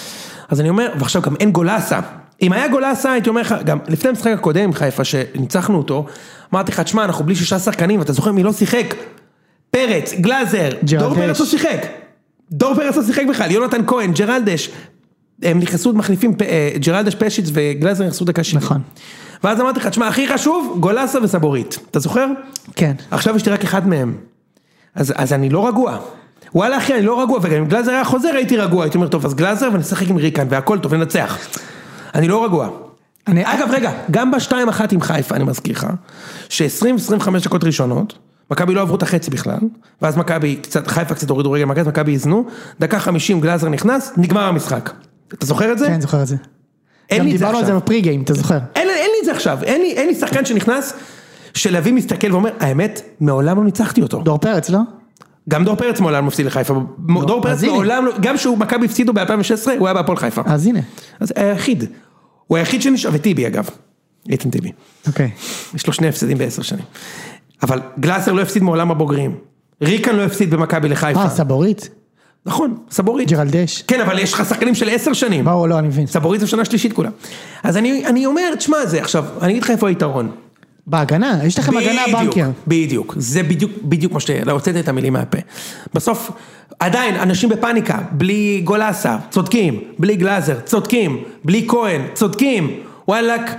אז אני אומר, ועכשיו גם אין גולסה. אם היה גולסה, הייתי אומר לך, גם לפני המשחק הקודם, חיפה, שניצחנו אותו, אמרתי לך, תשמע, אנחנו בלי שישה שחקנים, ואתה זוכר מי לא שיחק? פרץ, גלאזר, דור פרץ לא שיחק. דור פרץ לא שיחק בכלל, יונתן כהן, ג'רלדש, הם נכנסו מחליפים, ג'רלדש פשיץ וגלאזר נכנסו דקה שבעים. נכון. ואז אמרתי לך, תשמע, הכי חשוב, גולסה וסבורית. אתה זוכר? כן. עכשיו יש לי רק אחד מהם. אז, אז אני לא רגוע. וואלה אחי, אני לא רגוע, וגם אם גלאזר היה חוזר, הייתי רגוע. הייתי אומר, טוב, אז גלאזר ונשחק עם ריקן, והכל טוב, ננצח. אני לא רגוע. אני... אגב, רגע, גם בשתיים אחת עם חיפה, אני מזכיר לך, ש-עשרים עד עשרים וחמש דקות ראשונות, מכבי לא עברו את החצי בכלל, ואז מכבי, קצת, חיפה קצת הורידו רגל מגז, מכבי יזנו, דקה חמישים גלאזר נכנס, נגמר המשחק. אתה זוכר את זה? כן, זוכר את זה. אין גם לי את זה דיברנו על זה בפרי גיים, אתה זוכר? אין, אין לי את זה עכשיו, אין לי, אין לי שחקן שנכנס, שלוי מסתכל ואומר, האמת, מעולם לא ניצחתי אותו. דור פרץ, לא? גם דור פרץ מעולם מפסיד לחיפה, דור פרץ מעולם, גם שהוא מכבי הפסידו ב-אלפיים ושש עשרה, הוא היה בהפועל חיפה. אז הנה. אז היחיד. הוא היחיד שנשאר, וטיבי אגב. איתן טיבי. אוקיי. יש לו שני הפסדים בעשר שנים. אבל גלאזר לא הפסיד מעולם הבוגרים. ריקן לא הפסיד במכבי לחיפה. אה, סבורית? נכון, סבורית. ג'רלדש. כן, אבל יש לך שחקנים של עשר שנים. ברור, לא, אני מבין. סבורית זה שנה שלישית כולה. אז אני, אני אומר, תשמע, זה עכשיו, אני אגיד לך איפה היתרון. בהגנה, יש לכם הגנה בנקר. בדיוק, זה בדיוק, בדיוק מה שאתה, הוצאת את המילים מהפה. בסוף, עדיין, אנשים בפאניקה, בלי גולסה, צודקים, בלי גלאזר, צודקים, בלי כהן, צודקים, וואלק,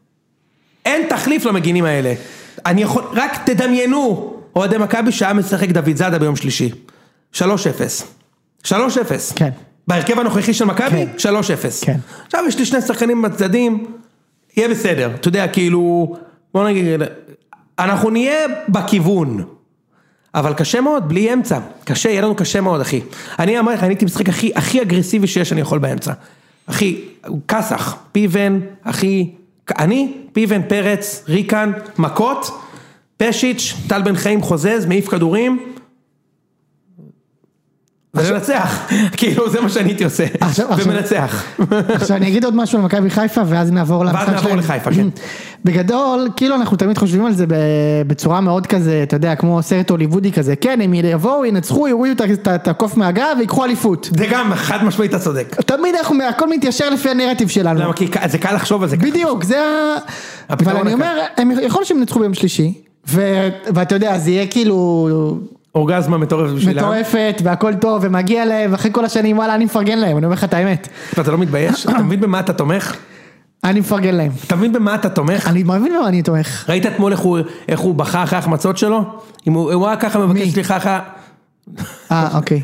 אין תחליף למגינים האלה. אני יכול, רק תדמיינו, אוהדי מכבי שהיה משחק דוד זאדה ביום שלישי. שלוש אפס. שלוש אפס. כן. בהרכב הנוכחי של מכבי, שלוש אפס. כן. עכשיו יש לי שני שחקנים בצדדים, יהיה בסדר. אתה יודע, כאילו, בוא נגיד, אנחנו נהיה בכיוון. אבל קשה מאוד, בלי אמצע. קשה, יהיה לנו קשה מאוד, אחי. אני אמר לך, אני הייתי משחק הכי, הכי אגרסיבי שיש אני יכול באמצע. אחי, קסח, פיבן, אחי, אני, פיבן, פרץ, ריקן, מכות, פשיץ', טל בן חיים חוזז, מעיף כדורים, ומנצח, כאילו זה מה שאני הייתי עושה, ומנצח. עכשיו אני אגיד עוד משהו על מכבי חיפה, ואז נעבור למשחק שלהם. ואז נעבור לחיפה, כן. בגדול, כאילו אנחנו תמיד חושבים על זה בצורה מאוד כזה, אתה יודע, כמו סרט הוליוודי כזה, כן, הם יבואו, ינצחו, יורידו את הקוף מהגב, ויקחו אליפות. זה גם, חד משמעית אתה צודק. תמיד אנחנו, הכל מתיישר לפי הנרטיב שלנו. למה, כי זה קל לחשוב על זה. בדיוק, זה ה... אבל אני אומר, יכול שהם ינצחו ביום שלישי, ואתה יודע, זה יהיה כאילו... אורגזמה מטורפת בשבילם. מטורפת, והכל טוב, ומגיע להם, ואחרי כל השנים, וואלה, אני מפרגן להם, אני אומר לך את האמת. אתה לא מתבייש? אתה מבין במה אתה תומך? אני מפרגן להם. אתה מבין במה אתה תומך? אני מבין במה אני תומך. ראית אתמול איך הוא בכה אחרי החמצות שלו? אם הוא היה ככה מבקש סליחה אחרי... אה, אוקיי.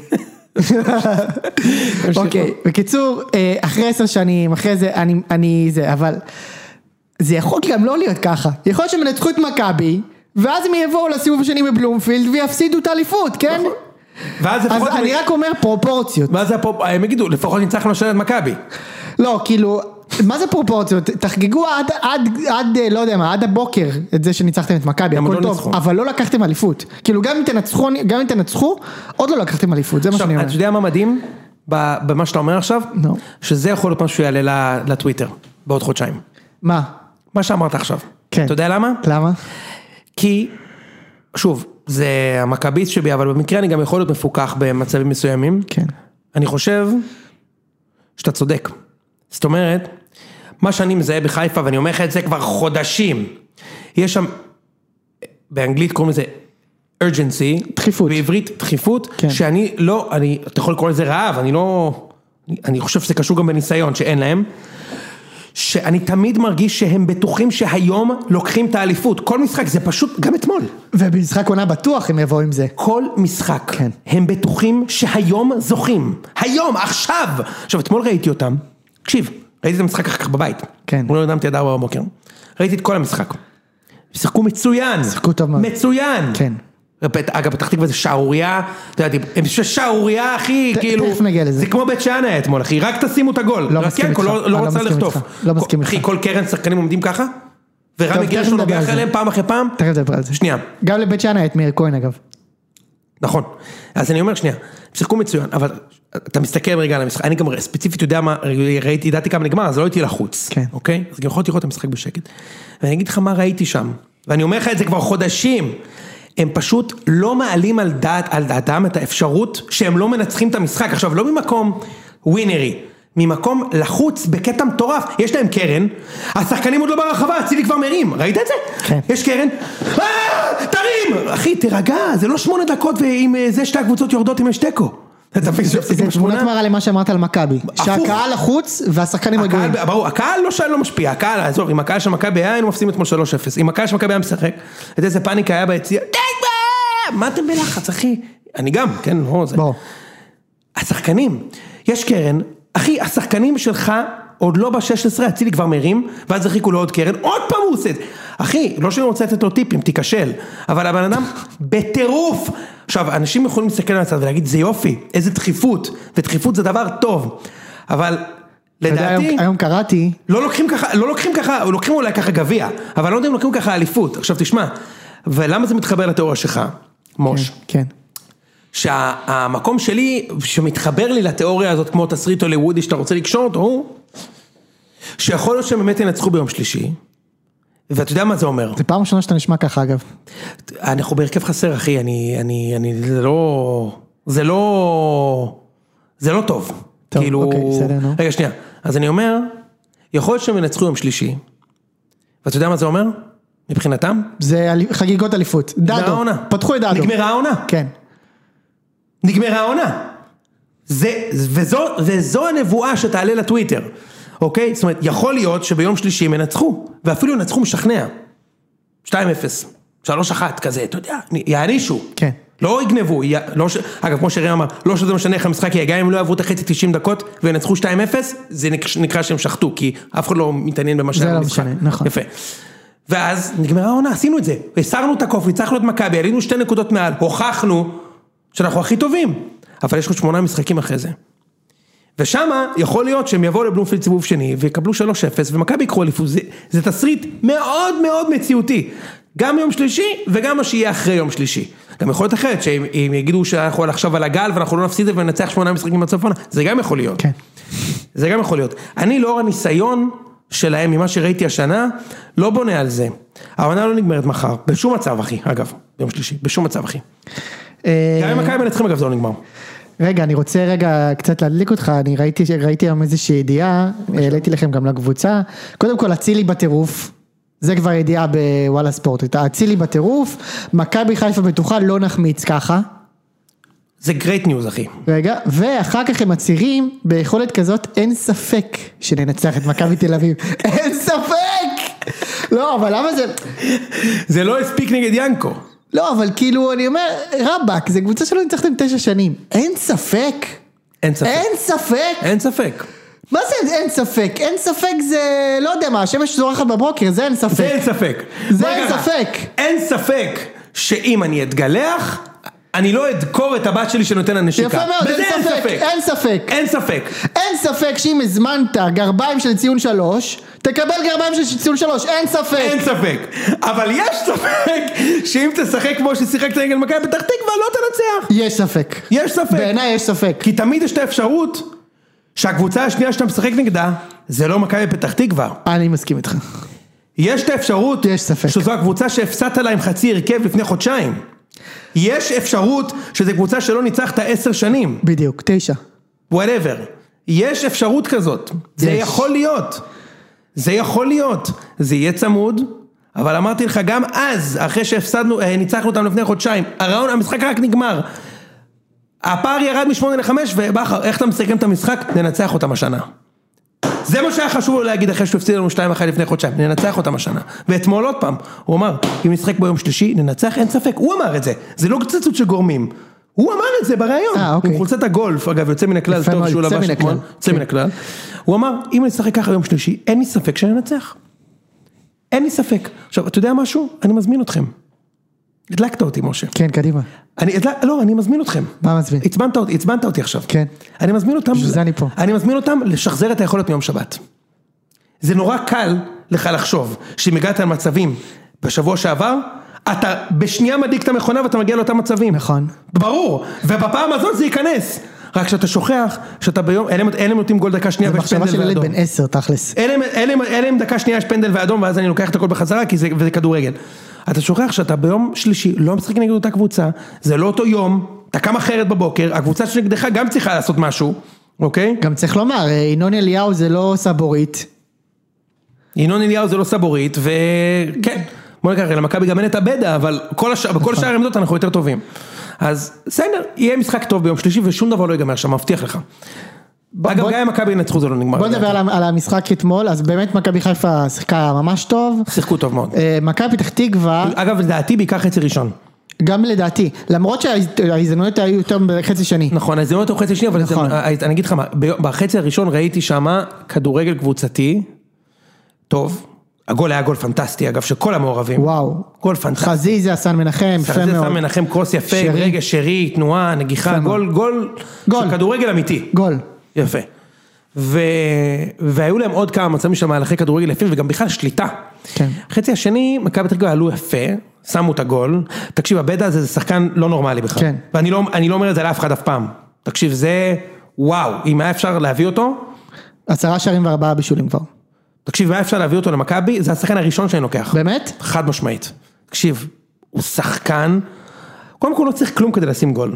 אוקיי, בקיצור, אחרי עשר שנים, אחרי זה, אני זה, אבל זה יכול גם לא להיות ככה. יכול להיות שהם ינצחו את מכבי, ואז הם יבואו לסיבוב השני בבלומפילד ויפסידו את האליפות, כן? אז אני רק אומר פרופורציות. הם יגידו, לפחות ניצחנו לשלט מכבי. לא, כאילו, מה זה פרופורציות? תחגגו עד, לא יודע מה, עד הבוקר את זה שניצחתם את מכבי, הכל טוב, אבל לא לקחתם אליפות. כאילו, גם אם תנצחו, גם אם תנצחו, עוד לא לקחתם אליפות, זה מה שאני אומר. אתה יודע מה מדהים? במה שאתה אומר עכשיו, שזה יכול להיות משהו שיעלה לטוויטר, בעוד חודשיים. מה? מה שאמרת עכשיו. כן. אתה יודע למה? למה? כי, שוב, זה המכביסט שבי, אבל במקרה אני גם יכול להיות מפוקח במצבים מסוימים. כן. אני חושב שאתה צודק. זאת אומרת, מה שאני מזהה בחיפה, ואני אומר לך את זה כבר חודשים, יש שם, באנגלית קוראים לזה urgency, דחיפות. בעברית דחיפות, כן. שאני לא, אני, אתה יכול לקרוא לזה רעב, אני לא, אני, אני חושב שזה קשור גם בניסיון שאין להם, שאני תמיד מרגיש שהם בטוחים שהיום לוקחים את האליפות, כל משחק זה פשוט, גם אתמול. ובמשחק עונה בטוח הם יבואו עם זה. כל משחק, כן. הם בטוחים שהיום זוכים, היום, עכשיו, עכשיו אתמול ראיתי אותם, תקשיב, ראיתי את המשחק אחר כך בבית, כן. הוא לא ידעתי עד ארבע בבוקר, ראיתי את כל המשחק, שיחקו מצוין, שיחקו טוב מאוד. מצוין, כן. אגב, פתח תקווה זה שערוריה, אתה יודע, הם שערוריה, אחי, כאילו, תכף נגיע לזה. זה כמו בית שענה אתמול, אחי, רק תשימו את הגול, לא מסכים איתך, לא רוצה לחטוף, לא מסכים איתך. אחי, כל קרן שחקנים עומדים ככה, ורמי גרשון נוגח עליהם פעם אחרי פעם, תכף נדבר על זה. שנייה. גם לבית שענה את מאיר כהן אגב. נכון, אז אני אומר שנייה, שיחקו מצוין, אבל אתה מסתכל רגע על המשחק, אני גם ספציפית יודע מה, ראיתי, ידעתי כמה נגמר, אז לא הייתי לחוץ, כן. אוקיי? אז גם יכולתי לראות את המשחק בשקט, ואני אגיד לך מה ראיתי שם, ואני אומר לך את זה כבר חודשים, הם פשוט לא מעלים על דעת, על דעתם את האפשרות שהם לא מנצחים את המשחק, עכשיו לא ממקום ווינרי, ממקום לחוץ בקטע מטורף, יש להם קרן, השחקנים עוד לא ברחבה, אצילי כבר מרים, ראית את זה? כן. יש קרן, אה, תרים! אחי, תרגע, זה לא שמונה דקות ועם זה שתי הקבוצות יורדות עם השתקו. זה תמונת מראה למה שאמרת על מכבי, שהקהל לחוץ והשחקנים רגועים. ברור, הקהל לא משפיע, הקהל, עזוב, אם הקהל של מכבי היה, היינו מפסידים אתמול שלוש אפס, אם הקהל של מכבי היה משחק, את איזה פאניקה היה ביציע, מה אתם בלחץ, אחי? אני גם, כן, לא זה. השחקנים, יש קרן, אחי, השחקנים שלך עוד לא ב-שש עשרה, אצילי כבר מרים, ואז הרחיקו לו עוד קרן, עוד פעם הוא עושה את זה. אחי, לא שאני רוצה לתת לו טיפים, תיכשל, אבל הבן אדם בטירוף. עכשיו, אנשים יכולים להסתכל על הצד ולהגיד, זה יופי, איזה דחיפות, ודחיפות זה דבר טוב, אבל לדעתי, היום קראתי, לא לוקחים ככה, לא לוקחים ככה, לוקחים אולי ככה גביע, אבל לא יודעים, לוקחים ככה אליפות. עכשיו תשמע, ולמה זה מתחבר לתיאוריה שלך, מוש? כן. שהמקום שלי, שמתחבר לי לתיאוריה הזאת, כמו תסריט הוליוודי, שאתה רוצה לקשור אותו, הוא, שיכול להיות שהם באמת ינצחו ביום שלישי, ואתה יודע מה זה אומר? זה פעם ראשונה שאתה נשמע ככה, אגב. אנחנו בהרכב חסר, אחי, אני, אני, אני, זה לא, זה לא, זה לא טוב. טוב, כאילו, אוקיי, בסדר, נו. רגע, שנייה. אז אני אומר, יכול להיות שהם ינצחו יום שלישי, ואתה יודע מה זה אומר? מבחינתם? זה חגיגות אליפות. דדו, פתחו את דדו. נגמרה העונה. כן. נגמרה העונה. זה, וזו, וזו הנבואה שתעלה לטוויטר. אוקיי? זאת אומרת, יכול להיות שביום שלישי הם ינצחו, ואפילו ינצחו משכנע. שתיים אפס, שלוש אחת כזה, אתה יודע, יענישו. כן. לא יגנבו, לא ש... אגב, כמו שרם אמר, לא שזה משנה איך המשחק יהיה, גם אם לא יעברו את החצי תשעים דקות, וינצחו שתיים אפס, זה נקרא שהם שחטו, כי אף אחד לא מתעניין במה שהיה במשחק. זה לא משנה, נכון. יפה. ואז נגמרה העונה, עשינו את זה, הסרנו את הקוף, ניצחנו את מכבי, עלינו שתי נקודות מעל, הוכחנו שאנחנו הכי טובים, אבל יש עוד שמונה משחקים אחרי זה. ושמה יכול להיות שהם יבואו לבלומפילד סיבוב שני, ויקבלו שלוש אפס, ומכבי יקחו אליפות, זה, זה תסריט מאוד מאוד מציאותי, גם יום שלישי, וגם מה שיהיה אחרי יום שלישי. גם יכול להיות אחרת, שהם יגידו שאנחנו עכשיו על הגל, ואנחנו לא נפסיד את זה, ונצח שמונה משחקים בצפון, זה גם יכול להיות. כן. זה גם יכול להיות. אני לאור הניסיון שלהם, ממה שראיתי השנה, לא בונה על זה. העונה לא נגמרת מחר, בשום מצב, אחי, אגב, ביום שלישי, בשום מצב, אחי. גם אם מכבי מנצחים, אגב, זה לא נגמר. רגע, אני רוצה רגע קצת להדליק אותך, אני ראיתי, ראיתי היום איזושהי ידיעה, העליתי לכם גם לקבוצה, קודם כל אצילי בטירוף, זה כבר ידיעה בוואלה ספורט, אצילי בטירוף, מכבי חיפה בטוחה לא נחמיץ ככה. זה גרייט ניוז, אחי. רגע, ואחר כך הם מצהירים, ביכולת כזאת אין ספק שננצח את מכבי תל אביב, אין ספק! לא, אבל למה זה... זה לא הספיק נגד ינקו. לא, אבל כאילו, אני אומר, רבק, זה קבוצה שלא ניצחתם תשע שנים. אין ספק. אין ספק. אין ספק. אין ספק. מה זה אין ספק? אין ספק זה, לא יודע מה, השמש זורחת בבוקר, זה אין ספק. זה אין ספק. זה אין ספק. אין ספק שאם אני אתגלח, אני לא אדקור את הבת שלי שנותן הנשיקה. יפה מאוד, אין ספק. אין ספק. אין ספק. אין ספק שאם הזמנת גרביים של ציון שלוש, תקבל גרביים של ציון שלוש, אין ספק. אין ספק, אבל יש ספק שאם תשחק כמו ששיחקת נגד מכבי פתח תקווה לא תנצח. יש ספק. יש ספק. בעיניי יש ספק. כי תמיד יש את האפשרות שהקבוצה השנייה שאתה משחק נגדה זה לא מכבי פתח תקווה. אני מסכים איתך. יש את האפשרות יש ספק. שזו הקבוצה שהפסדת לה עם חצי הרכב לפני חודשיים. יש אפשרות שזו קבוצה שלא ניצחת עשר שנים. בדיוק, תשע. whatever. יש אפשרות כזאת. זה יכול להיות. זה יכול להיות. זה יהיה צמוד, אבל אמרתי לך גם אז, אחרי שהפסדנו, ניצחנו אותם לפני חודשיים, הרעיון, המשחק רק נגמר. הפער ירד משמונה לחמש, ובחר, איך אתה מסכם את המשחק? ננצח אותם השנה. זה מה שהיה חשוב לו להגיד אחרי שהוא הפסיד לנו שתיים אחת לפני חודשיים, ננצח אותם השנה. ואתמול עוד פעם, הוא אמר, אם נשחק ביום שלישי, ננצח, אין ספק. הוא אמר את זה. זה לא קצצות של גורמים. הוא אמר את זה ברעיון. אה, אוקיי. עם חולצת הגולף, אגב, יוצא מן הכלל, טוב שהוא לבש אתמול, יוצא מן הכלל. הוא אמר, אם נשחק ככה ביום שלישי, אין לי ספק שננצח. אין לי ספק. עכשיו, אתה יודע משהו? אני מזמין אתכם. הדלקת אותי, משה. כן, קדימה. אני, לא, אני מזמין אתכם. מה מזמין? הצבנת אותי, הצבנת אותי עכשיו. כן. אני מזמין אותם, בשביל זה אני פה. אני מזמין אותם לשחזר את היכולת מיום שבת. זה נורא קל לך לחשוב, שאם הגעת על מצבים בשבוע שעבר, אתה בשנייה מדיק את המכונה ואתה מגיע לאותם מצבים. נכון. ברור, ובפעם הזאת זה ייכנס. רק שאתה שוכח, שאתה ביום, אלה הם נותנים גול דקה שנייה ויש פנדל ואדום. זה מחשבה של ילד בן עשר, תכלס. אלה הם דקה שנייה יש פנדל ואדום, ואז אני לוקח את הכל בחזרה, כי זה, וזה כדורגל. אתה שוכח שאתה ביום שלישי לא משחק נגד אותה קבוצה, זה לא אותו יום, אתה קם אחרת בבוקר, הקבוצה שנגדך גם צריכה לעשות משהו, אוקיי? גם צריך לומר, ינון אליהו זה לא סבורית. ינון אליהו זה לא סבורית, וכן, בוא נקרא, למכבי גם אין את הבדה, אבל בכל השאר, בכל שאר העמדות אנחנו יותר טובים. אז בסדר, יהיה משחק טוב ביום שלישי, ושום דבר לא ייגמר שם, מבטיח לך. אגב, גם אם מכבי ינצחו זה לא נגמר. בוא נדבר על המשחק אתמול, אז באמת מכבי חיפה שיחקה ממש טוב. שיחקו טוב מאוד. מכבי פתח תקווה. אגב, לדעתי בעיקר חצי ראשון. גם לדעתי, למרות שההזדמנויות היו יותר בחצי שני. נכון, ההזדמנויות היו חצי שני, אבל אני אגיד לך מה, בחצי הראשון ראיתי שמה כדורגל קבוצתי, טוב, הגול היה גול פנטסטי, אגב, שכל המעורבים. וואו. גול פנטסטי. חזיזה, סן מנחם, יפה מאוד. סן מנחם, קרוס יפה, רגע שרי, תנועה, נגיחה, גול, גול, של כדורגל אמיתי. גול. יפה. והיו להם עוד כמה מצבים של מהלכי כדורגל יפים, וגם בכלל שליטה. כן. חצי השני, מכבי פתח תקווה עלו יפה, שמו את הגול. תקשיב, הבדה הזה זה שחקן לא נורמלי בכלל. כן. ואני לא, אני לא אומר את זה לאף אחד אף פעם. תקשיב, זה, וואו, אם היה אפשר להביא אותו. עשרה שערים וארבעה בישולים כבר. תקשיב, היה אפשר להביא אותו למכבי, זה השחקן הראשון שאני לוקח. באמת? חד משמעית. תקשיב, הוא שחקן, קודם כל לא צריך כלום כדי לשים גול.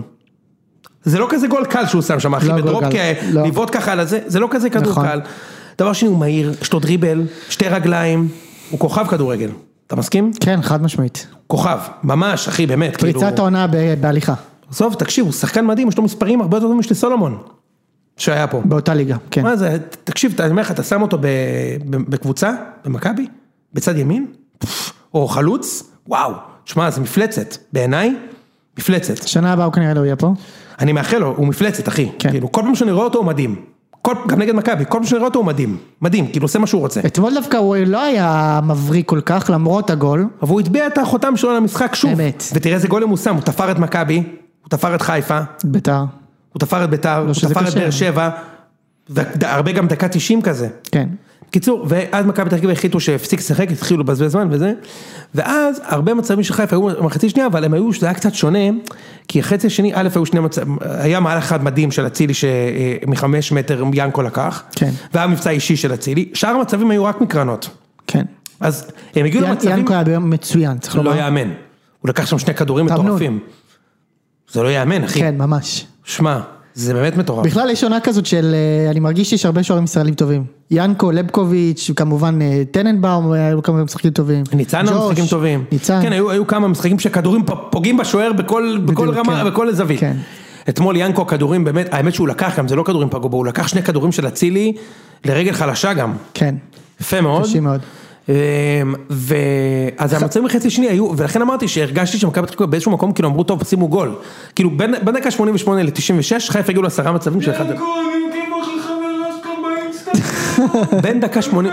זה לא כזה גול קל שהוא שם שם, אחי, בדרופ כליבות ככה על הזה, זה לא כזה כדור קל. דבר שני, הוא מהיר, יש לו דריבל, שתי רגליים, הוא כוכב כדורגל. אתה מסכים? כן, חד משמעית. כוכב, ממש, אחי, באמת. פריצת העונה בהליכה. בסוף, תקשיב, הוא שחקן מדהים, יש לו מספרים הרבה יותר טובים משל סולומון. שהיה פה. באותה ליגה, כן. מה זה, תקשיב, אתה אומר לך, אתה שם אותו בקבוצה, במכבי, בצד ימין, או חלוץ, וואו, תשמע, זה מפלצת, בעיניי, מפלצת. שנה הבאה הוא כנראה לא יהיה פה. אני מאחל לו, הוא מפלצת, אחי. כאילו, כל פעם שאני רואה אותו הוא מדהים. גם נגד מכבי, כל פעם שאני רואה אותו הוא מדהים. מדהים, כאילו, עושה מה שהוא רוצה. אתמול דווקא הוא לא היה מבריק כל כך, למרות הגול. אבל הוא התביע את החותם שלו למשחק שוב. באמת. ותראה איזה גול הוא שם, הוא תפר את מכבי, הוא תפר את חיפה. ביתר. הוא תפר את ביתר, הוא תפר את באר שבע, והרבה גם דקה תשעים כזה. כן. קיצור, ואז מכבי פתח תקווה החליטו שהפסיק לשחק, התחילו לבזבז זמן וזה, ואז הרבה מצבים של חיפה היו מחצי שנייה, אבל הם היו, שזה היה קצת שונה, כי החצי השני, א' היו שני מצבים, היה מהלך אחד מדהים של אצילי, שמחמש מטר ינקו לקח, כן. והיה מבצע אישי של אצילי, שאר המצבים היו רק מקרנות. כן. אז הם הגיעו למצבים... ינקו היה ביום מצוין, צריך לומר. לא יאמן. הוא לקח שם שני כדורים מטורפים. זה לא יאמן, אחי. כן, ממש. שמע, זה באמת מטורף. בכלל יש עונה כזאת של, אני מרגיש שיש הרבה שוערים ישראלים טובים. ינקו, לבקוביץ', כמובן טננבאום, היו כמה משחקים טובים. ניצן היו משחקים טובים. ניצן. כן, היו, היו כמה משחקים שכדורים פוגעים בשוער בכל, בכל רמה, כן. בכל זווית. כן. אתמול ינקו הכדורים באמת, האמת שהוא לקח גם, זה לא כדורים פגעו בו, הוא לקח שני כדורים של אצילי, לרגל חלשה גם. כן. יפה מאוד. קשים מאוד. ואז המצבים בחצי שני היו, ולכן אמרתי שהרגשתי שמכבי פתח תקווה באיזשהו מקום, כאילו אמרו טוב, שימו גול. כאילו בין דקה שמונים ושמונה ל-תשעים ושש, חיפה הגיעו לעשרה מצבים של אחד. בין דקה שמונים...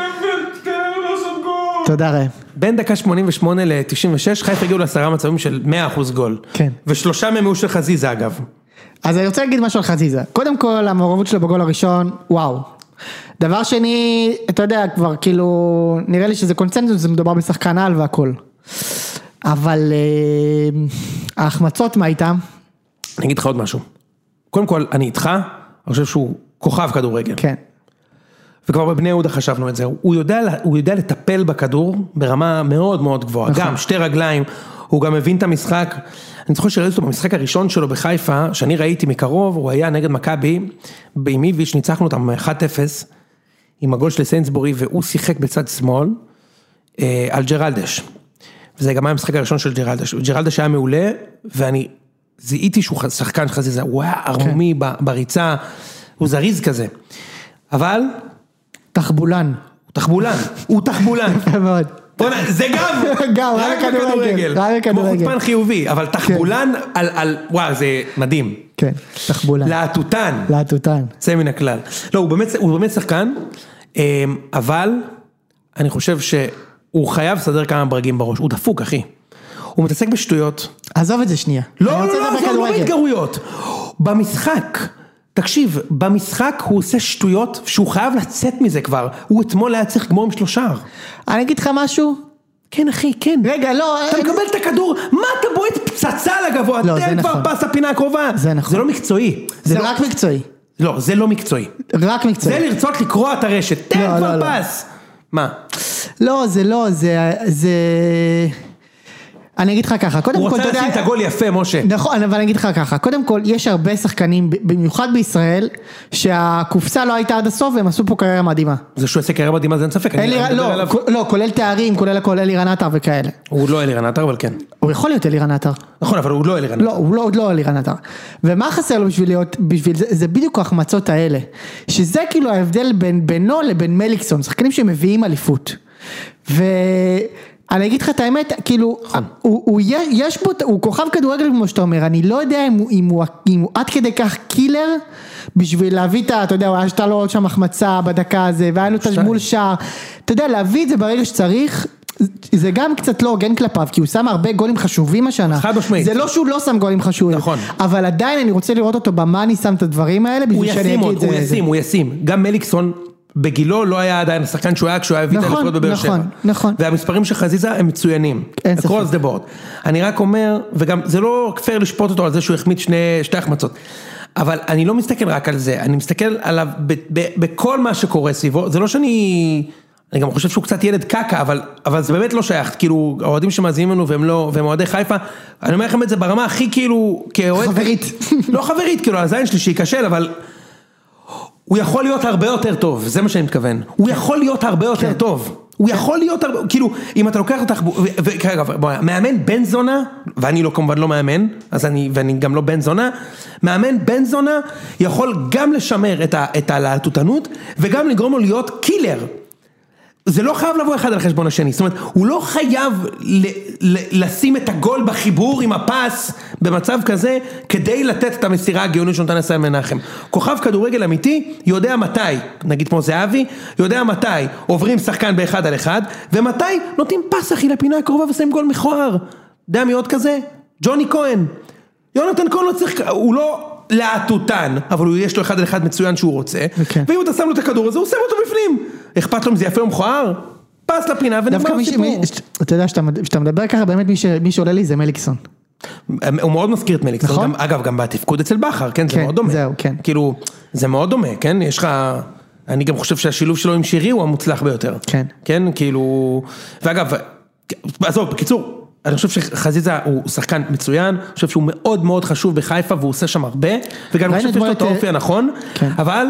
תודה רעי. בין דקה שמונים ושמונה ל-תשעים ושש, חיפה הגיעו לעשרה מצבים של מאה אחוז גול. כן. ושלושה מהם היו של חזיזה אגב. אז אני רוצה להגיד משהו על חזיזה. קודם כל, המעורבות שלו בגול הראשון, וואו. דבר שני, אתה יודע, כבר כאילו, נראה לי שזה קונצנזוס, זה מדובר בשחקן על והכל. אבל אה, ההחמצות מה איתם? אני אגיד לך עוד משהו. קודם כל, אני איתך, אני חושב שהוא כוכב כדורגל. כן. וכבר בבני יהודה חשבנו את זה. הוא יודע, הוא יודע לטפל בכדור ברמה מאוד מאוד גבוהה. נכון. גם שתי רגליים, הוא גם מבין את המשחק. אני זוכר שראיתי אותו במשחק הראשון שלו בחיפה, שאני ראיתי מקרוב, הוא היה נגד מכבי, עם איביץ' ניצחנו אותם אחת אפס, עם הגול של סיינסבורי, והוא שיחק בצד שמאל, אה, על ג'רלדש. וזה גם היה המשחק הראשון של ג'רלדש. ג'רלדש היה מעולה, ואני זיהיתי שהוא שחקן חזיזה, הוא היה ערמומי כן. בריצה, הוא זריז כזה. אבל... תחבולן. הוא תחבולן, הוא תחבולן. מאוד. זה גם, גם, רק בכדורגל, רק כמו חוצפן חיובי, אבל תחבולן על, על, וואו, זה מדהים. כן, תחבולן. להטוטן. להטוטן. זה מן הכלל. לא, הוא באמת, הוא באמת שחקן, אבל אני חושב שהוא חייב לסדר כמה ברגים בראש, הוא דפוק, אחי. הוא מתעסק בשטויות. עזוב את זה שנייה. לא, לא, לא, זה לא בהתגרויות. במשחק, תקשיב, במשחק הוא עושה שטויות שהוא חייב לצאת מזה כבר. הוא אתמול היה צריך גמור עם שלושה. אני אגיד לך משהו? כן אחי, כן. רגע, לא. אתה מקבל את הכדור, מה אתה בועט פצצה לגבוה? לא, זה נכון. תן כבר פס הפינה הקרובה. זה נכון. זה לא מקצועי. זה רק מקצועי. לא, זה לא מקצועי. רק מקצועי. זה לרצות לקרוא את הרשת. תן כבר פס. מה? לא, זה לא, זה... אני אגיד לך ככה, קודם כל, הוא רוצה לשים את הגול יפה, משה. נכון, אבל אני אגיד לך ככה, קודם כל, יש הרבה שחקנים, במיוחד בישראל, שהקופסה לא הייתה עד הסוף, והם עשו פה קריירה מדהימה. זה שהוא עושה קריירה מדהימה, זה אין ספק. לא, כולל תארים, כולל הכל אלירן עטר וכאלה. הוא לא אלירן עטר, אבל כן. הוא יכול להיות אלירן עטר. נכון, אבל הוא לא אלירן עטר. לא, הוא עוד לא אלירן עטר. ומה חסר לו בשביל להיות, בשביל זה, זה בדיוק ההחמצות האלה. שזה כאילו ההבדל בינו לבין מליקסון, שחקנים שמביאים אליפות. ו... אני אגיד לך את האמת, כאילו, הוא, הוא, יש בו, הוא כוכב כדורגל כמו שאתה אומר, אני לא יודע אם הוא, אם הוא, אם הוא עד כדי כך קילר, בשביל להביא את, אתה יודע, היה שאתה לו עוד שם החמצה בדקה הזה, והיה לו את מול שער, אתה יודע, להביא את זה ברגע שצריך, זה גם קצת לא הוגן כלפיו, כי הוא שם הרבה גולים חשובים השנה, זה לא שהוא לא שם גולים חשובים, נכון. אבל עדיין אני רוצה לראות אותו במה אני שם את הדברים האלה, הוא ישים, הוא ישים, הוא ישים, גם מליקסון, בגילו לא היה עדיין השחקן שהוא היה כשהוא היה ויטה לפחות בבאר שבע. נכון, נכון. והמספרים של חזיזה הם מצוינים. across the board. אני רק אומר, וגם זה לא פייר לשפוט אותו על זה שהוא החמיץ שתי החמצות. אבל אני לא מסתכל רק על זה, אני מסתכל עליו בכל מה שקורה סביבו, זה לא שאני, אני גם חושב שהוא קצת ילד קקה, אבל, אבל זה באמת לא שייך, כאילו, האוהדים שמאזינים לנו והם לא, והם אוהדי חיפה, אני אומר לכם את זה ברמה הכי כאילו, כאוהד, חברית. לא חברית, כאילו, הזין שלי שיקשל, אבל הוא יכול להיות הרבה יותר טוב, זה מה שאני מתכוון. הוא יכול להיות הרבה יותר טוב. הוא יכול להיות הרבה, כאילו, אם אתה לוקח אותך, וכרגע, בוא, מאמן בן זונה, ואני לא, כמובן לא מאמן, אז אני, ואני גם לא בן זונה, מאמן בן זונה יכול גם לשמר את הלהטוטנות, וגם לגרום לו להיות קילר. זה לא חייב לבוא אחד על חשבון השני, זאת אומרת, הוא לא חייב לשים את הגול בחיבור עם הפס במצב כזה, כדי לתת את המסירה הגאונית שנותן לסיים מנחם. כוכב כדורגל אמיתי יודע מתי, נגיד כמו זהבי, יודע מתי עוברים שחקן באחד על אחד, ומתי נותנים פס אחי לפינה הקרובה ושמים גול מכוער. יודע מי עוד כזה? ג'וני כהן. יונתן כהן לא צריך, הוא לא להטוטן, אבל הוא יש לו אחד על אחד מצוין שהוא רוצה, ואם אתה שם לו את הכדור הזה, הוא שם אותו בפנים. אכפת לו אם זה יפה או מכוער, פס לפינה ונגמר הסיפור. אתה יודע, שאתה מדבר ככה, באמת מי שעולה לי זה מליקסון. הוא מאוד מזכיר את מליקסון, אגב, גם בתפקוד אצל בכר, כן, זה מאוד דומה. כאילו, זה מאוד דומה, כן, יש לך, אני גם חושב שהשילוב שלו עם שירי הוא המוצלח ביותר. כן. כן, כאילו, ואגב, עזוב, בקיצור, אני חושב שחזיזה הוא שחקן מצוין, אני חושב שהוא מאוד מאוד חשוב בחיפה, והוא עושה שם הרבה, וגם אני חושב שיש לו את האופי הנכון, אבל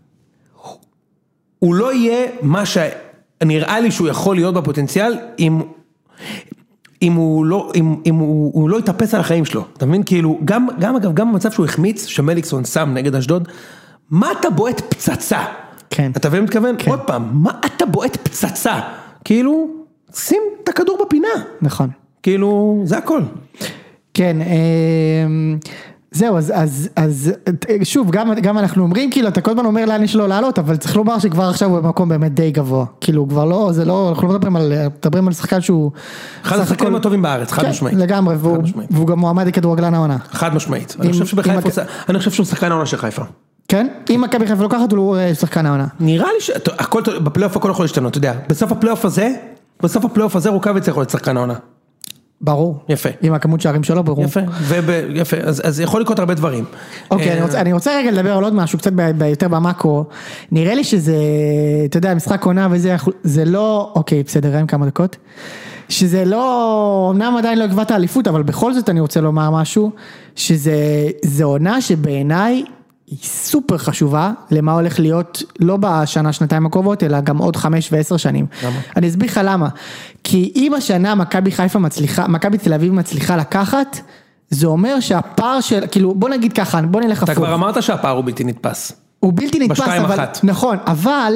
הוא לא יהיה מה שנראה לי שהוא יכול להיות בפוטנציאל, אם, אם הוא לא, אם, אם הוא, הוא לא יתאפס על החיים שלו, אתה מבין? כאילו, גם, גם אגב, גם במצב שהוא החמיץ, שמליקסון שם נגד אשדוד, מה אתה בועט פצצה? כן. אתה מבין מתכוון? כן. עוד פעם, מה אתה בועט פצצה? כאילו, שים את הכדור בפינה. נכון. כאילו, זה הכל. כן, זהו, אז, אז, אז שוב, גם, גם אנחנו אומרים, כאילו, אתה כל הזמן אומר לאן יש לו לעלות, אבל צריך לומר שכבר עכשיו הוא במקום באמת די גבוה. כאילו, כבר לא, זה לא, אנחנו לא מדברים על, מדברים על שחקן שהוא... אחד השחקנים הטובים בארץ, חד משמעית. כן, לגמרי, והוא, והוא גם מועמד לכדורגלן העונה. חד משמעית. אני חושב שבחיפה, אני חושב שהוא שחקן העונה של חיפה. כן? אם מכבי חיפה לוקחת, הוא שחקן העונה. נראה לי שהכל, בפלייאוף הכל יכול להשתנות, אתה יודע. בסוף הפלייאוף הזה, בסוף הפלייאוף הזה רוקאביץ יכול להיות שחקן העונה. ברור. יפה. עם הכמות שערים שלו, ברור. יפה, ויפה, אז, אז יכול לקרות הרבה דברים. אוקיי, אני רוצה, אני רוצה רגע לדבר על עוד משהו, קצת יותר במאקרו. נראה לי שזה, אתה יודע, משחק עונה וזה, זה לא, אוקיי, בסדר, ראים כמה דקות. שזה לא, אמנם עדיין לא הגבת האליפות, אבל בכל זאת אני רוצה לומר משהו, שזה, זה עונה שבעיניי, היא סופר חשובה למה הולך להיות לא בשנה שנתיים הקרובות אלא גם עוד חמש ועשר שנים. למה? אני אסביר לך למה. כי אם השנה מכבי חיפה מצליחה, מכבי תל אביב מצליחה לקחת, זה אומר שהפער של, כאילו בוא נגיד ככה, בוא נלך הפוך. אתה כבר אמרת שהפער הוא בלתי נתפס. הוא בלתי נתפס, אבל, אחת. נכון, אבל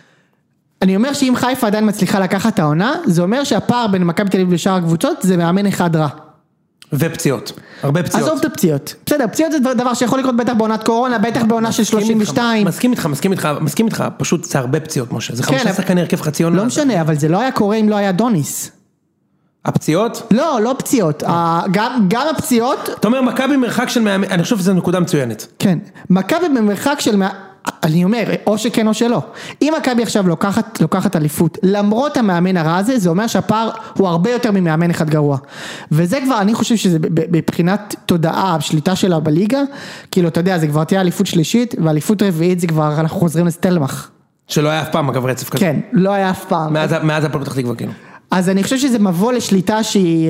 אני אומר שאם חיפה עדיין מצליחה לקחת את העונה, זה אומר שהפער בין מכבי תל אביב לשאר הקבוצות זה מאמן אחד רע. ופציעות, הרבה פציעות. עזוב את הפציעות. בסדר, פציעות זה דבר שיכול לקרות בטח בעונת קורונה, בטח בעונה של שלושים ושתיים. מסכים איתך, מסכים איתך, מסכים איתך, פשוט זה הרבה פציעות, משה. זה חמישה שחקני הרכב חצי עונה. לא משנה, אבל זה לא היה קורה אם לא היה דוניס. הפציעות? לא, לא פציעות. גם הפציעות... אתה אומר, מכבי במרחק של מאמן, אני חושב שזו נקודה מצוינת. כן, מכבי במרחק של... אני אומר, או שכן או שלא. אם מכבי עכשיו לוקחת, לוקחת אליפות, למרות המאמן הרע הזה, זה אומר שהפער הוא הרבה יותר ממאמן אחד גרוע. וזה כבר, אני חושב שזה בבחינת תודעה, שליטה שלה בליגה, כאילו, אתה יודע, זה כבר תהיה אליפות שלישית, ואליפות רביעית זה כבר, אנחנו חוזרים לסטלמך. שלא היה אף פעם, אגב, רצף כזה. כן, לא היה אף פעם. מאז, מאז הפועל פתח תקווה, כאילו. אז אני חושב שזה מבוא לשליטה שהיא,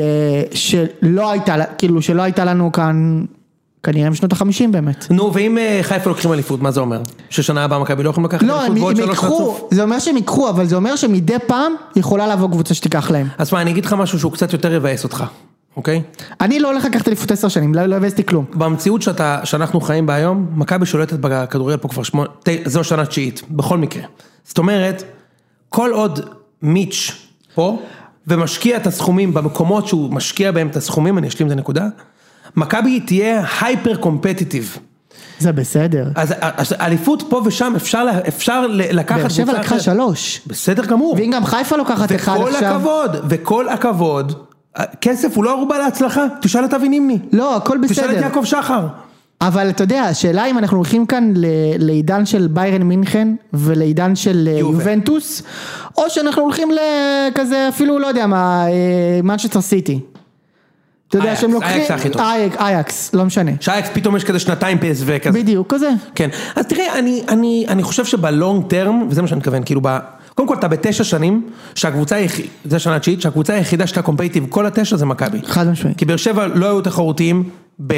שלא הייתה, כאילו, שלא הייתה לנו כאן... כנראה משנות החמישים באמת. נו, ואם חיפה לוקחים אליפות, מה זה אומר? ששנה הבאה מכבי לא יכולים לקחת אליפות ועוד שלוש רצוף? זה אומר שהם יקחו, אבל זה אומר שמדי פעם יכולה לבוא קבוצה שתיקח להם. אז מה, אני אגיד לך משהו שהוא קצת יותר יבאס אותך, אוקיי? אני לא הולך לקחת אליפות עשר שנים, לא הבאסתי כלום. במציאות שאתה, שאנחנו חיים בה היום, מכבי שולטת בכדורגל פה כבר שמונה, זו שנה תשיעית, בכל מקרה. זאת אומרת, כל עוד מיץ' פה, ומשקיע את הסכומים במקומות שהוא משקיע בהם את הסכומים, אני אשלים את הנקודה, מכבי תהיה הייפר קומפטיטיב. זה בסדר. אז, אז אליפות פה ושם אפשר, אפשר לקחת... באר שבע לקחה שלוש. בסדר גמור. ואם גם חיפה לוקחת אחד עכשיו... וכל הכבוד, וכל הכבוד, כסף הוא לא ערובה להצלחה, תשאל את אבי נימני. לא, הכל בסדר. תשאל את יעקב שחר. אבל אתה יודע, השאלה אם אנחנו הולכים כאן לעידן של ביירן מינכן, ולעידן של יובנטוס, או שאנחנו הולכים לכזה, אפילו לא יודע מה, מנצ'סטר סיטי. אתה יודע שהם לוקחים, אייקס, לא משנה. שאייקס פתאום יש כזה שנתיים פי אס וי כזה. בדיוק, כזה. כן, אז תראה, אני, אני, אני חושב שבלונג טרם, וזה מה שאני מתכוון, כאילו, ב... קודם כל אתה בתשע שנים, שהקבוצה היחידה, זה שנה תשיעית, שהקבוצה היחידה שאתה קומפייטיב, כל התשע זה מכבי. חד משמעית. כי באר שבע לא היו תחרותיים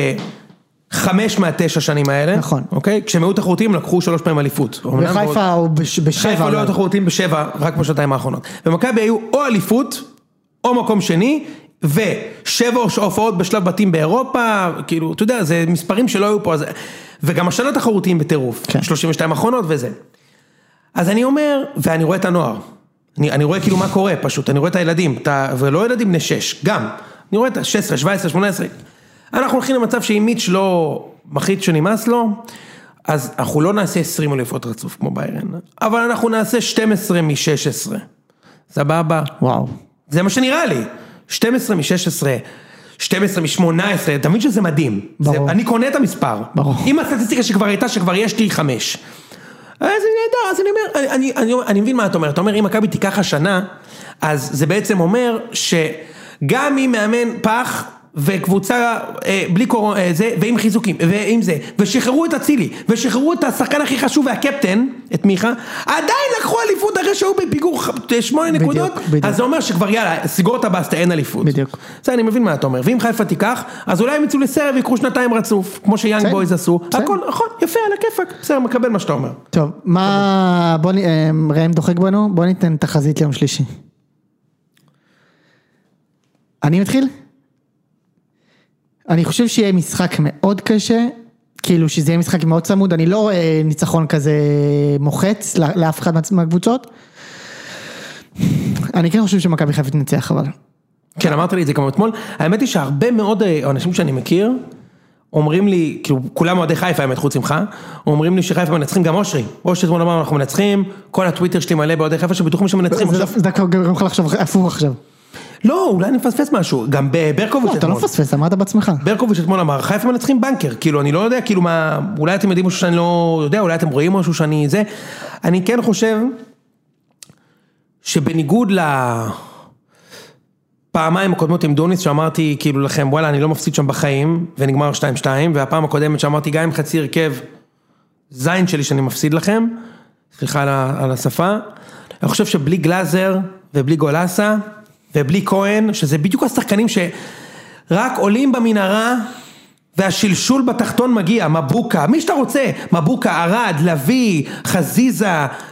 בחמש מהתשע שנים האלה. נכון. אוקיי? כשהם היו תחרותיים לקחו שלוש פעמים אליפות. וחיפה הוא בשבע. חיפה לא היו תחרותיים בשבע, רק בשנתיים האחרונות. ומכבי היו או אליפות, או מקום שני, ושבע הופעות בשלב בתים באירופה, כאילו, אתה יודע, זה מספרים שלא היו פה, אז... וגם השנה תחרותיים בטירוף, כן. שלושים ושתיים האחרונות וזה. אז אני אומר, ואני רואה את הנוער, אני, אני רואה כאילו מה קורה פשוט, אני רואה את הילדים, את ה... ולא ילדים בני שש, גם, אני רואה את ה-שש עשרה, שבע עשרה, שמונה עשרה, אנחנו הולכים למצב שאם מיץ' לא מחליט שנמאס לו, אז אנחנו לא נעשה עשרים אליפות רצוף כמו ביירן, אבל אנחנו נעשה שתים עשרה מ-שש עשרה, סבבה? וואו. זה מה שנראה לי. שתים עשרה מ-שש עשרה, שתים עשרה מ-שמונה עשרה, אתה מבין שזה מדהים. זה, אני קונה את המספר. ברור. עם הסטטיסטיקה שכבר הייתה, שכבר יש לי חמש. אז אני נהדר, אז אני אומר, אני, אני, אני, אני מבין מה אתה אומר. אתה אומר, אם מכבי תיקח השנה, אז זה בעצם אומר שגם אם מאמן פח, וקבוצה אה, בלי קורונה, אה, זה, ועם חיזוקים, ועם זה, ושחררו את הצילי, ושחררו את השחקן הכי חשוב והקפטן, את מיכה, עדיין לקחו אליפות אחרי שהוא בפיגור שמונה נקודות, בדיוק. אז זה אומר שכבר יאללה, סגור את הבאסטה, אין אליפות. בדיוק. זה אני מבין מה אתה אומר, ואם חיפה תיקח, אז אולי הם יצאו לסרב ויקחו שנתיים רצוף, כמו שיאנג בויז עשו, הכל נכון, יפה, על הכיפק, בסדר, מקבל מה שאתה אומר. טוב, מה, בוא, ראם דוחק בנו, בוא ניתן תחזית ליום שלישי. אני מתחיל? אני חושב שיהיה משחק מאוד קשה, כאילו שזה יהיה משחק מאוד צמוד, אני לא רואה ניצחון כזה מוחץ לאף אחד מהקבוצות. אני כן חושב שמכבי חיפה תנצח, אבל. כן, אמרת לי את זה כמו אתמול. האמת היא שהרבה מאוד אנשים שאני מכיר, אומרים לי, כאילו, כולם אוהדי חיפה, האמת, חוץ ממך, אומרים לי שחיפה מנצחים גם אושרי, אושרי אתמול אמרנו, אנחנו מנצחים, כל הטוויטר שלי מלא באוהדי חיפה, שבטוחים שמנצחים. זה דווקא גם יכול לחשוב, הפוך עכשיו. לא, אולי אני מפספס משהו, גם בברקוביץ' לא, אתה לא מפספס, אמרת בעצמך. ברקוביץ' אתמול אמר, חיפה מנצחים בנקר, כאילו, אני לא יודע, כאילו מה, אולי אתם יודעים משהו שאני לא יודע, אולי אתם רואים משהו שאני זה, אני כן חושב שבניגוד לפעמיים הקודמות עם דוניס, שאמרתי כאילו לכם, וואלה, אני לא מפסיד שם בחיים, ונגמר שתיים שתיים, והפעם הקודמת שאמרתי, גם עם חצי הרכב, זין שלי שאני מפסיד לכם, סליחה על, על השפה, אני חושב שבלי גלאזר, ובלי גולסה, ובלי כהן, שזה בדיוק השחקנים שרק עולים במנהרה, והשלשול בתחתון מגיע, מבוקה, מי שאתה רוצה, מבוקה, ארד, לוי, חזיזה,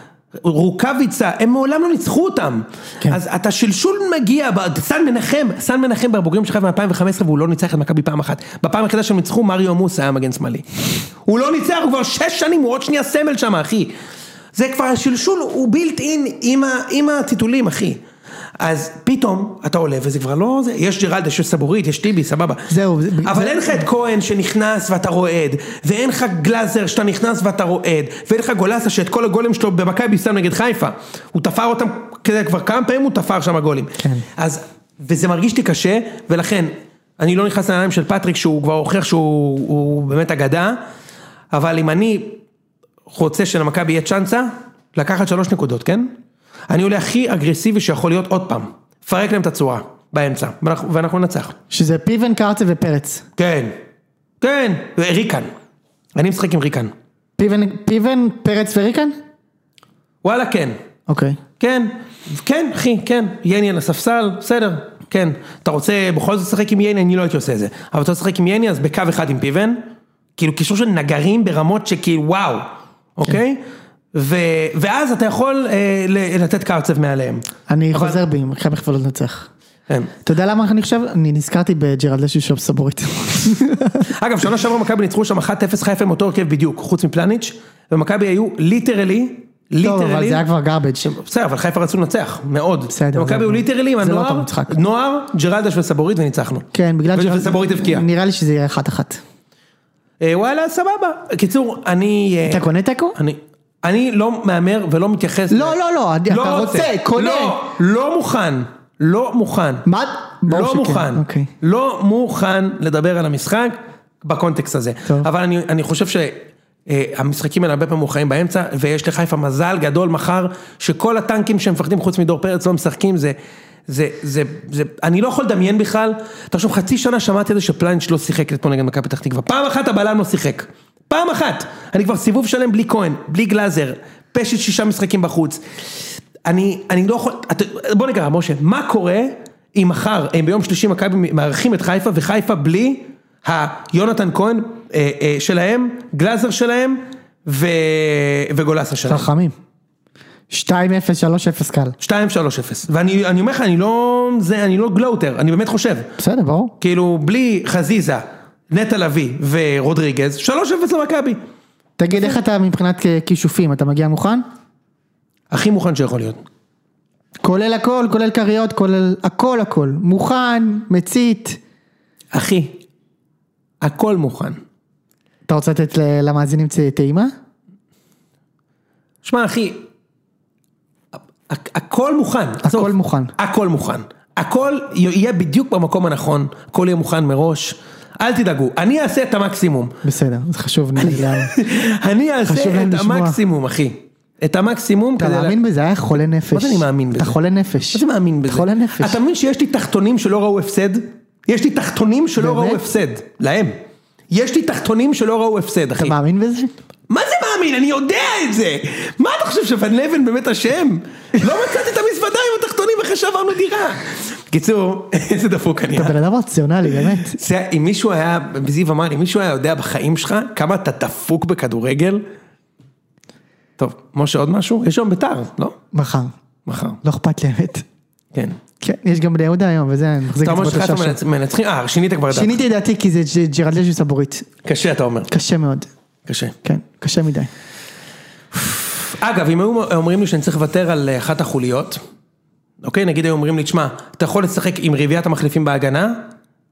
רוקביצה, הם מעולם לא ניצחו אותם, כן. אז אתה שלשול מגיע, סן מנחם, סן מנחם בבוגרים שלך ב-אלפיים וחמש עשרה, והוא לא ניצח את מכבי פעם אחת, בפעם היחידה שהם ניצחו, מריו מוס היה מגן שמאלי, הוא לא ניצח, הוא כבר שש שנים, הוא עוד שנייה סמל שם, אחי, זה כבר השלשול, הוא בילט אין עם, עם הטיטולים, אחי, אז פתאום אתה עולה וזה כבר לא זה, יש ג'רלדה, יש סבורית, יש טיבי, סבבה. זהו. אבל זה... אין לך את כהן שנכנס ואתה רועד, ואין לך גלאזר שאתה נכנס ואתה רועד, ואין לך גולסה שאת כל הגולים שלו במכבי שם נגד חיפה. הוא תפר אותם כזה כבר כמה פעמים הוא תפר שם הגולים. כן. אז, וזה מרגיש לי קשה, ולכן אני לא נכנס לעיניים של פטריק שהוא כבר הוכיח שהוא הוא באמת אגדה, אבל אם אני רוצה שלמכבי יהיה צ'אנסה, לקחת שלוש נקודות, כן? אני עולה הכי אגרסיבי שיכול להיות עוד פעם, פרק להם את הצורה, באמצע, ואנחנו, ואנחנו נצח. שזה פיבן, קרצה ופרץ. כן, כן, ריקן, אני משחק עם ריקן. פיבן, פיבן, פרץ וריקן? וואלה, כן. אוקיי. כן, כן, אחי, כן, יני על הספסל, בסדר, כן. אתה רוצה בכל זאת לשחק עם יני, אני לא הייתי עושה את זה, אבל אתה רוצה לשחק עם יני, אז בקו אחד עם פיבן, כאילו קישור של נגרים ברמות שכאילו וואו, אוקיי? ו... ואז אתה יכול אה, לתת קרצב מעליהם. אני אבל... חוזר בי, מכבי חיפה לא לנצח. כן. אתה יודע למה אני חושב? אני נזכרתי בג'רלדש שוב סבורית. אגב, שנה שעברה מכבי ניצחו שם אחת אפס חיפה עם אותו הרכב בדיוק, חוץ מפלניץ', ומכבי היו ליטרלי, טוב, אבל זה היה כבר גרבג'. בסדר, אבל חיפה רצו לנצח, מאוד. בסדר. ומכבי היו ליטרלי עם הנוער, נוער, ג'רלדש וסבורית וניצחנו. כן, בגלל ג'רלדש וסבורית הבקיע. נראה לי שזה יהיה אחת אחת. וואלה, סבבה. קיצור, אני... אתה קונה תיקו? אני... אני לא מאמר ולא מתייחס... לא, לא, לא, אתה רוצה, קונה. לא, לא מוכן, לא מוכן. מה? לא מוכן, לא מוכן לדבר על המשחק בקונטקסט הזה. אבל אני, אני חושב שהמשחקים האלה הרבה פעמים מוכנים באמצע, ויש לחיפה מזל גדול מחר, שכל הטנקים שמפחדים חוץ מדור פרץ לא משחקים, זה... זה, זה, זה, אני לא יכול לדמיין בכלל, תחשוב, חצי שנה שמעתי את זה שפלניץ' לא שיחק לפה נגד מכבי פתח תקווה, פעם אחת הבלם לא שיחק, פעם אחת, אני כבר סיבוב שלם בלי כהן, בלי גלאזר, פשט שישה משחקים בחוץ, אני, אני לא יכול, בוא נקרא, משה, מה קורה אם מחר, אם ביום שלישי מכבי מארחים את חיפה, וחיפה בלי היונתן כהן אה, אה, שלהם, גלאזר שלהם, ו, וגולסה שלהם. חכמים. שתיים אפס, שלוש אפס קל. שתיים שלוש אפס. ואני אני אומר לך, אני לא זה, אני לא גלוטר, אני באמת חושב. בסדר, ברור. כאילו בלי חזיזה, נטע לוי ורודריגז, שלוש אפס למכבי. תגיד איך אתה מבחינת כישופים, אתה מגיע מוכן? הכי מוכן שיכול להיות. כולל הכל, כולל קריות, כולל הכל הכל. מוכן, מצית. אחי, הכל מוכן. אתה רוצה לתת למאזינים טעימה? שמע אחי, הכל מוכן. הכל מוכן. הכל מוכן. הכל יהיה בדיוק במקום הנכון, הכל יהיה מוכן מראש. אל תדאגו, אני אעשה את המקסימום. בסדר, זה חשוב. אני אעשה את המקסימום, אחי. את המקסימום. אתה מאמין בזה, היה חולה נפש. מה זה אני מאמין בזה? אתה חולה נפש. מה זה מאמין בזה? אתה חולה נפש. אתה מבין שיש לי תחתונים שלא ראו הפסד? יש לי תחתונים שלא ראו הפסד. להם. יש לי תחתונים שלא ראו הפסד, אחי. אתה מאמין בזה? מה זה מאמין? אני יודע את זה. מה אתה חושב שפן לבן באמת השם? לא מצאתי את המזוודה עם התחתונים אחרי שעברנו דירה. קיצור, איזה דפוק אני. אתה בן אדם רציונלי, באמת. אם מישהו היה, בזיו אמר, אם מישהו היה יודע בחיים שלך, כמה אתה דפוק בכדורגל, טוב, משה עוד משהו? יש שם ביתר, לא? מחר. מחר. לא אכפת לי, האמת. כן. כן, יש גם בני יהודה היום, וזה מחזיק את זה בשלושה. אתה אומר שחיפה מנצחים, אה, שינית כבר דעת. שיניתי דעתי כי זה ג'רלדש וסבורית. קשה, אתה אומר. קשה מאוד. קשה. כן, קשה מדי. אגב, אם היו אומרים לי שאני צריך לוותר על אחת החוליות, אוקיי, נגיד היו אומרים לי, תשמע, אתה יכול לשחק עם רביעת המחליפים בהגנה,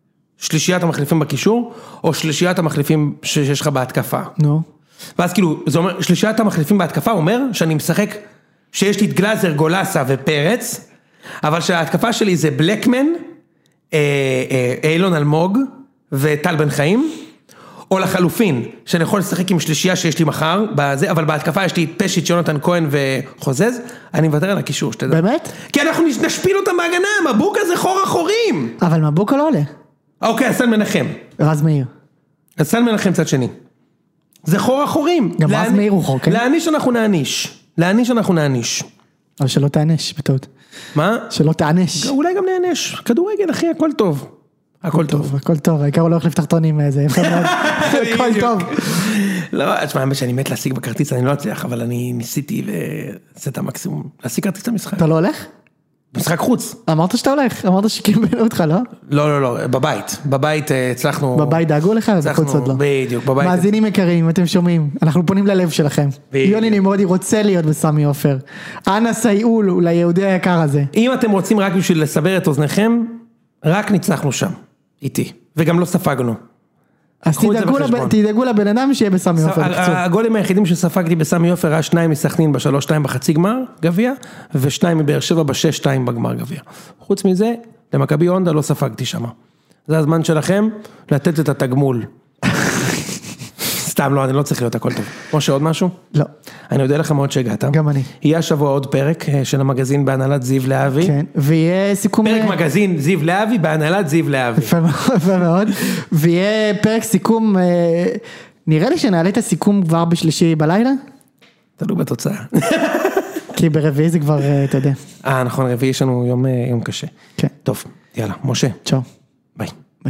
שלישיית המחליפים בקישור, או שלישיית המחליפים שיש לך בהתקפה. נו. ואז כאילו, זה אומר, שלישיית המחליפים בהתקפה אומר שאני משחק, שיש לי את גלאזר, גולסה ופרץ, אבל שההתקפה שלי זה בלקמן, אילון אלמוג וטל בן חיים, או לחלופין, שאני יכול לשחק עם שלישייה שיש לי מחר, בזה, אבל בהתקפה יש לי פשיט, יונתן כהן וחוזז, אני מוותר על הקישור, שתדע. באמת? כי אנחנו נשפיל אותם בהגנה, מבוקה זה חור החורים. אבל מבוקה לא עולה. אוקיי, אסן מנחם. רז מאיר. אסן מנחם צד שני. זה חור החורים. גם רז מאיר הוא חור, כן? להעניש אנחנו נעניש. להעניש אנחנו נעניש. אבל שלא תענש, בטעות. מה? שלא תענש. אולי גם נענש. כדורגל, אחי, הכל טוב. הכל טוב. הכל טוב, העיקר הוא לא הולך לפתח טונים איזה, הכל טוב. לא, תשמע, האמת שאני מת להשיג בכרטיס, אני לא אצליח, אבל אני ניסיתי ועשה את המקסימום. להשיג כרטיס למשחק. אתה לא הולך? משחק חוץ. אמרת שאתה הולך, אמרת שקיבלו אותך, לא? לא, לא, לא, בבית. בבית הצלחנו... בבית דאגו לך, ובחוץ עוד לא. בדיוק, בבית. מאזינים יקרים, אתם שומעים, אנחנו פונים ללב שלכם. יוני נמרודי רוצה להיות בסמי עופר. אנא סייעו ליהודי היקר הזה. אם אתם רוצים רק בשביל לסבר את אוזניכם, רק ניצחנו שם, איתי. וגם לא ספגנו. אז תדאגו לבן אדם שיהיה בסמי עופר. הגולים היחידים שספגתי בסמי עופר, היה שניים מסכנין בשלוש שתיים בחצי גמר גביע, ושניים מבאר שבע בשש שתיים בגמר גביע. חוץ מזה, למכבי הונדה לא ספגתי שם. זה הזמן שלכם לתת את התגמול. סתם לא, אני לא צריך להיות הכל טוב. משה, עוד משהו? לא. אני יודע לך מאוד שהגעת. גם אני. יהיה השבוע עוד פרק של המגזין בהנהלת זיו להבי. כן, ויהיה סיכום... פרק מגזין זיו להבי בהנהלת זיו להבי. יפה מאוד. ויהיה פרק סיכום, נראה לי שנעלה את הסיכום כבר בשלישי בלילה? תלוי בתוצאה. כי ברביעי זה כבר, אתה יודע. אה, נכון, רביעי יש לנו יום, יום קשה. כן. טוב, יאללה, משה. צ'או. ביי. ביי.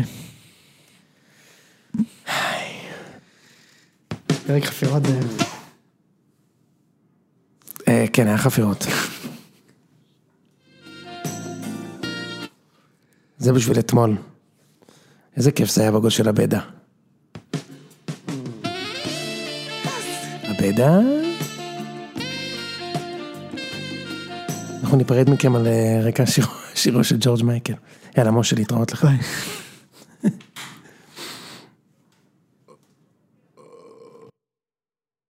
פרק חפירות. כן, היה חפירות. זה בשביל אתמול. איזה כיף זה היה בגול של הבדה. הבדה? אנחנו ניפרד מכם על רקע שירו של ג'ורג' מייקל. יאללה, משה, להתראות לך. ביי.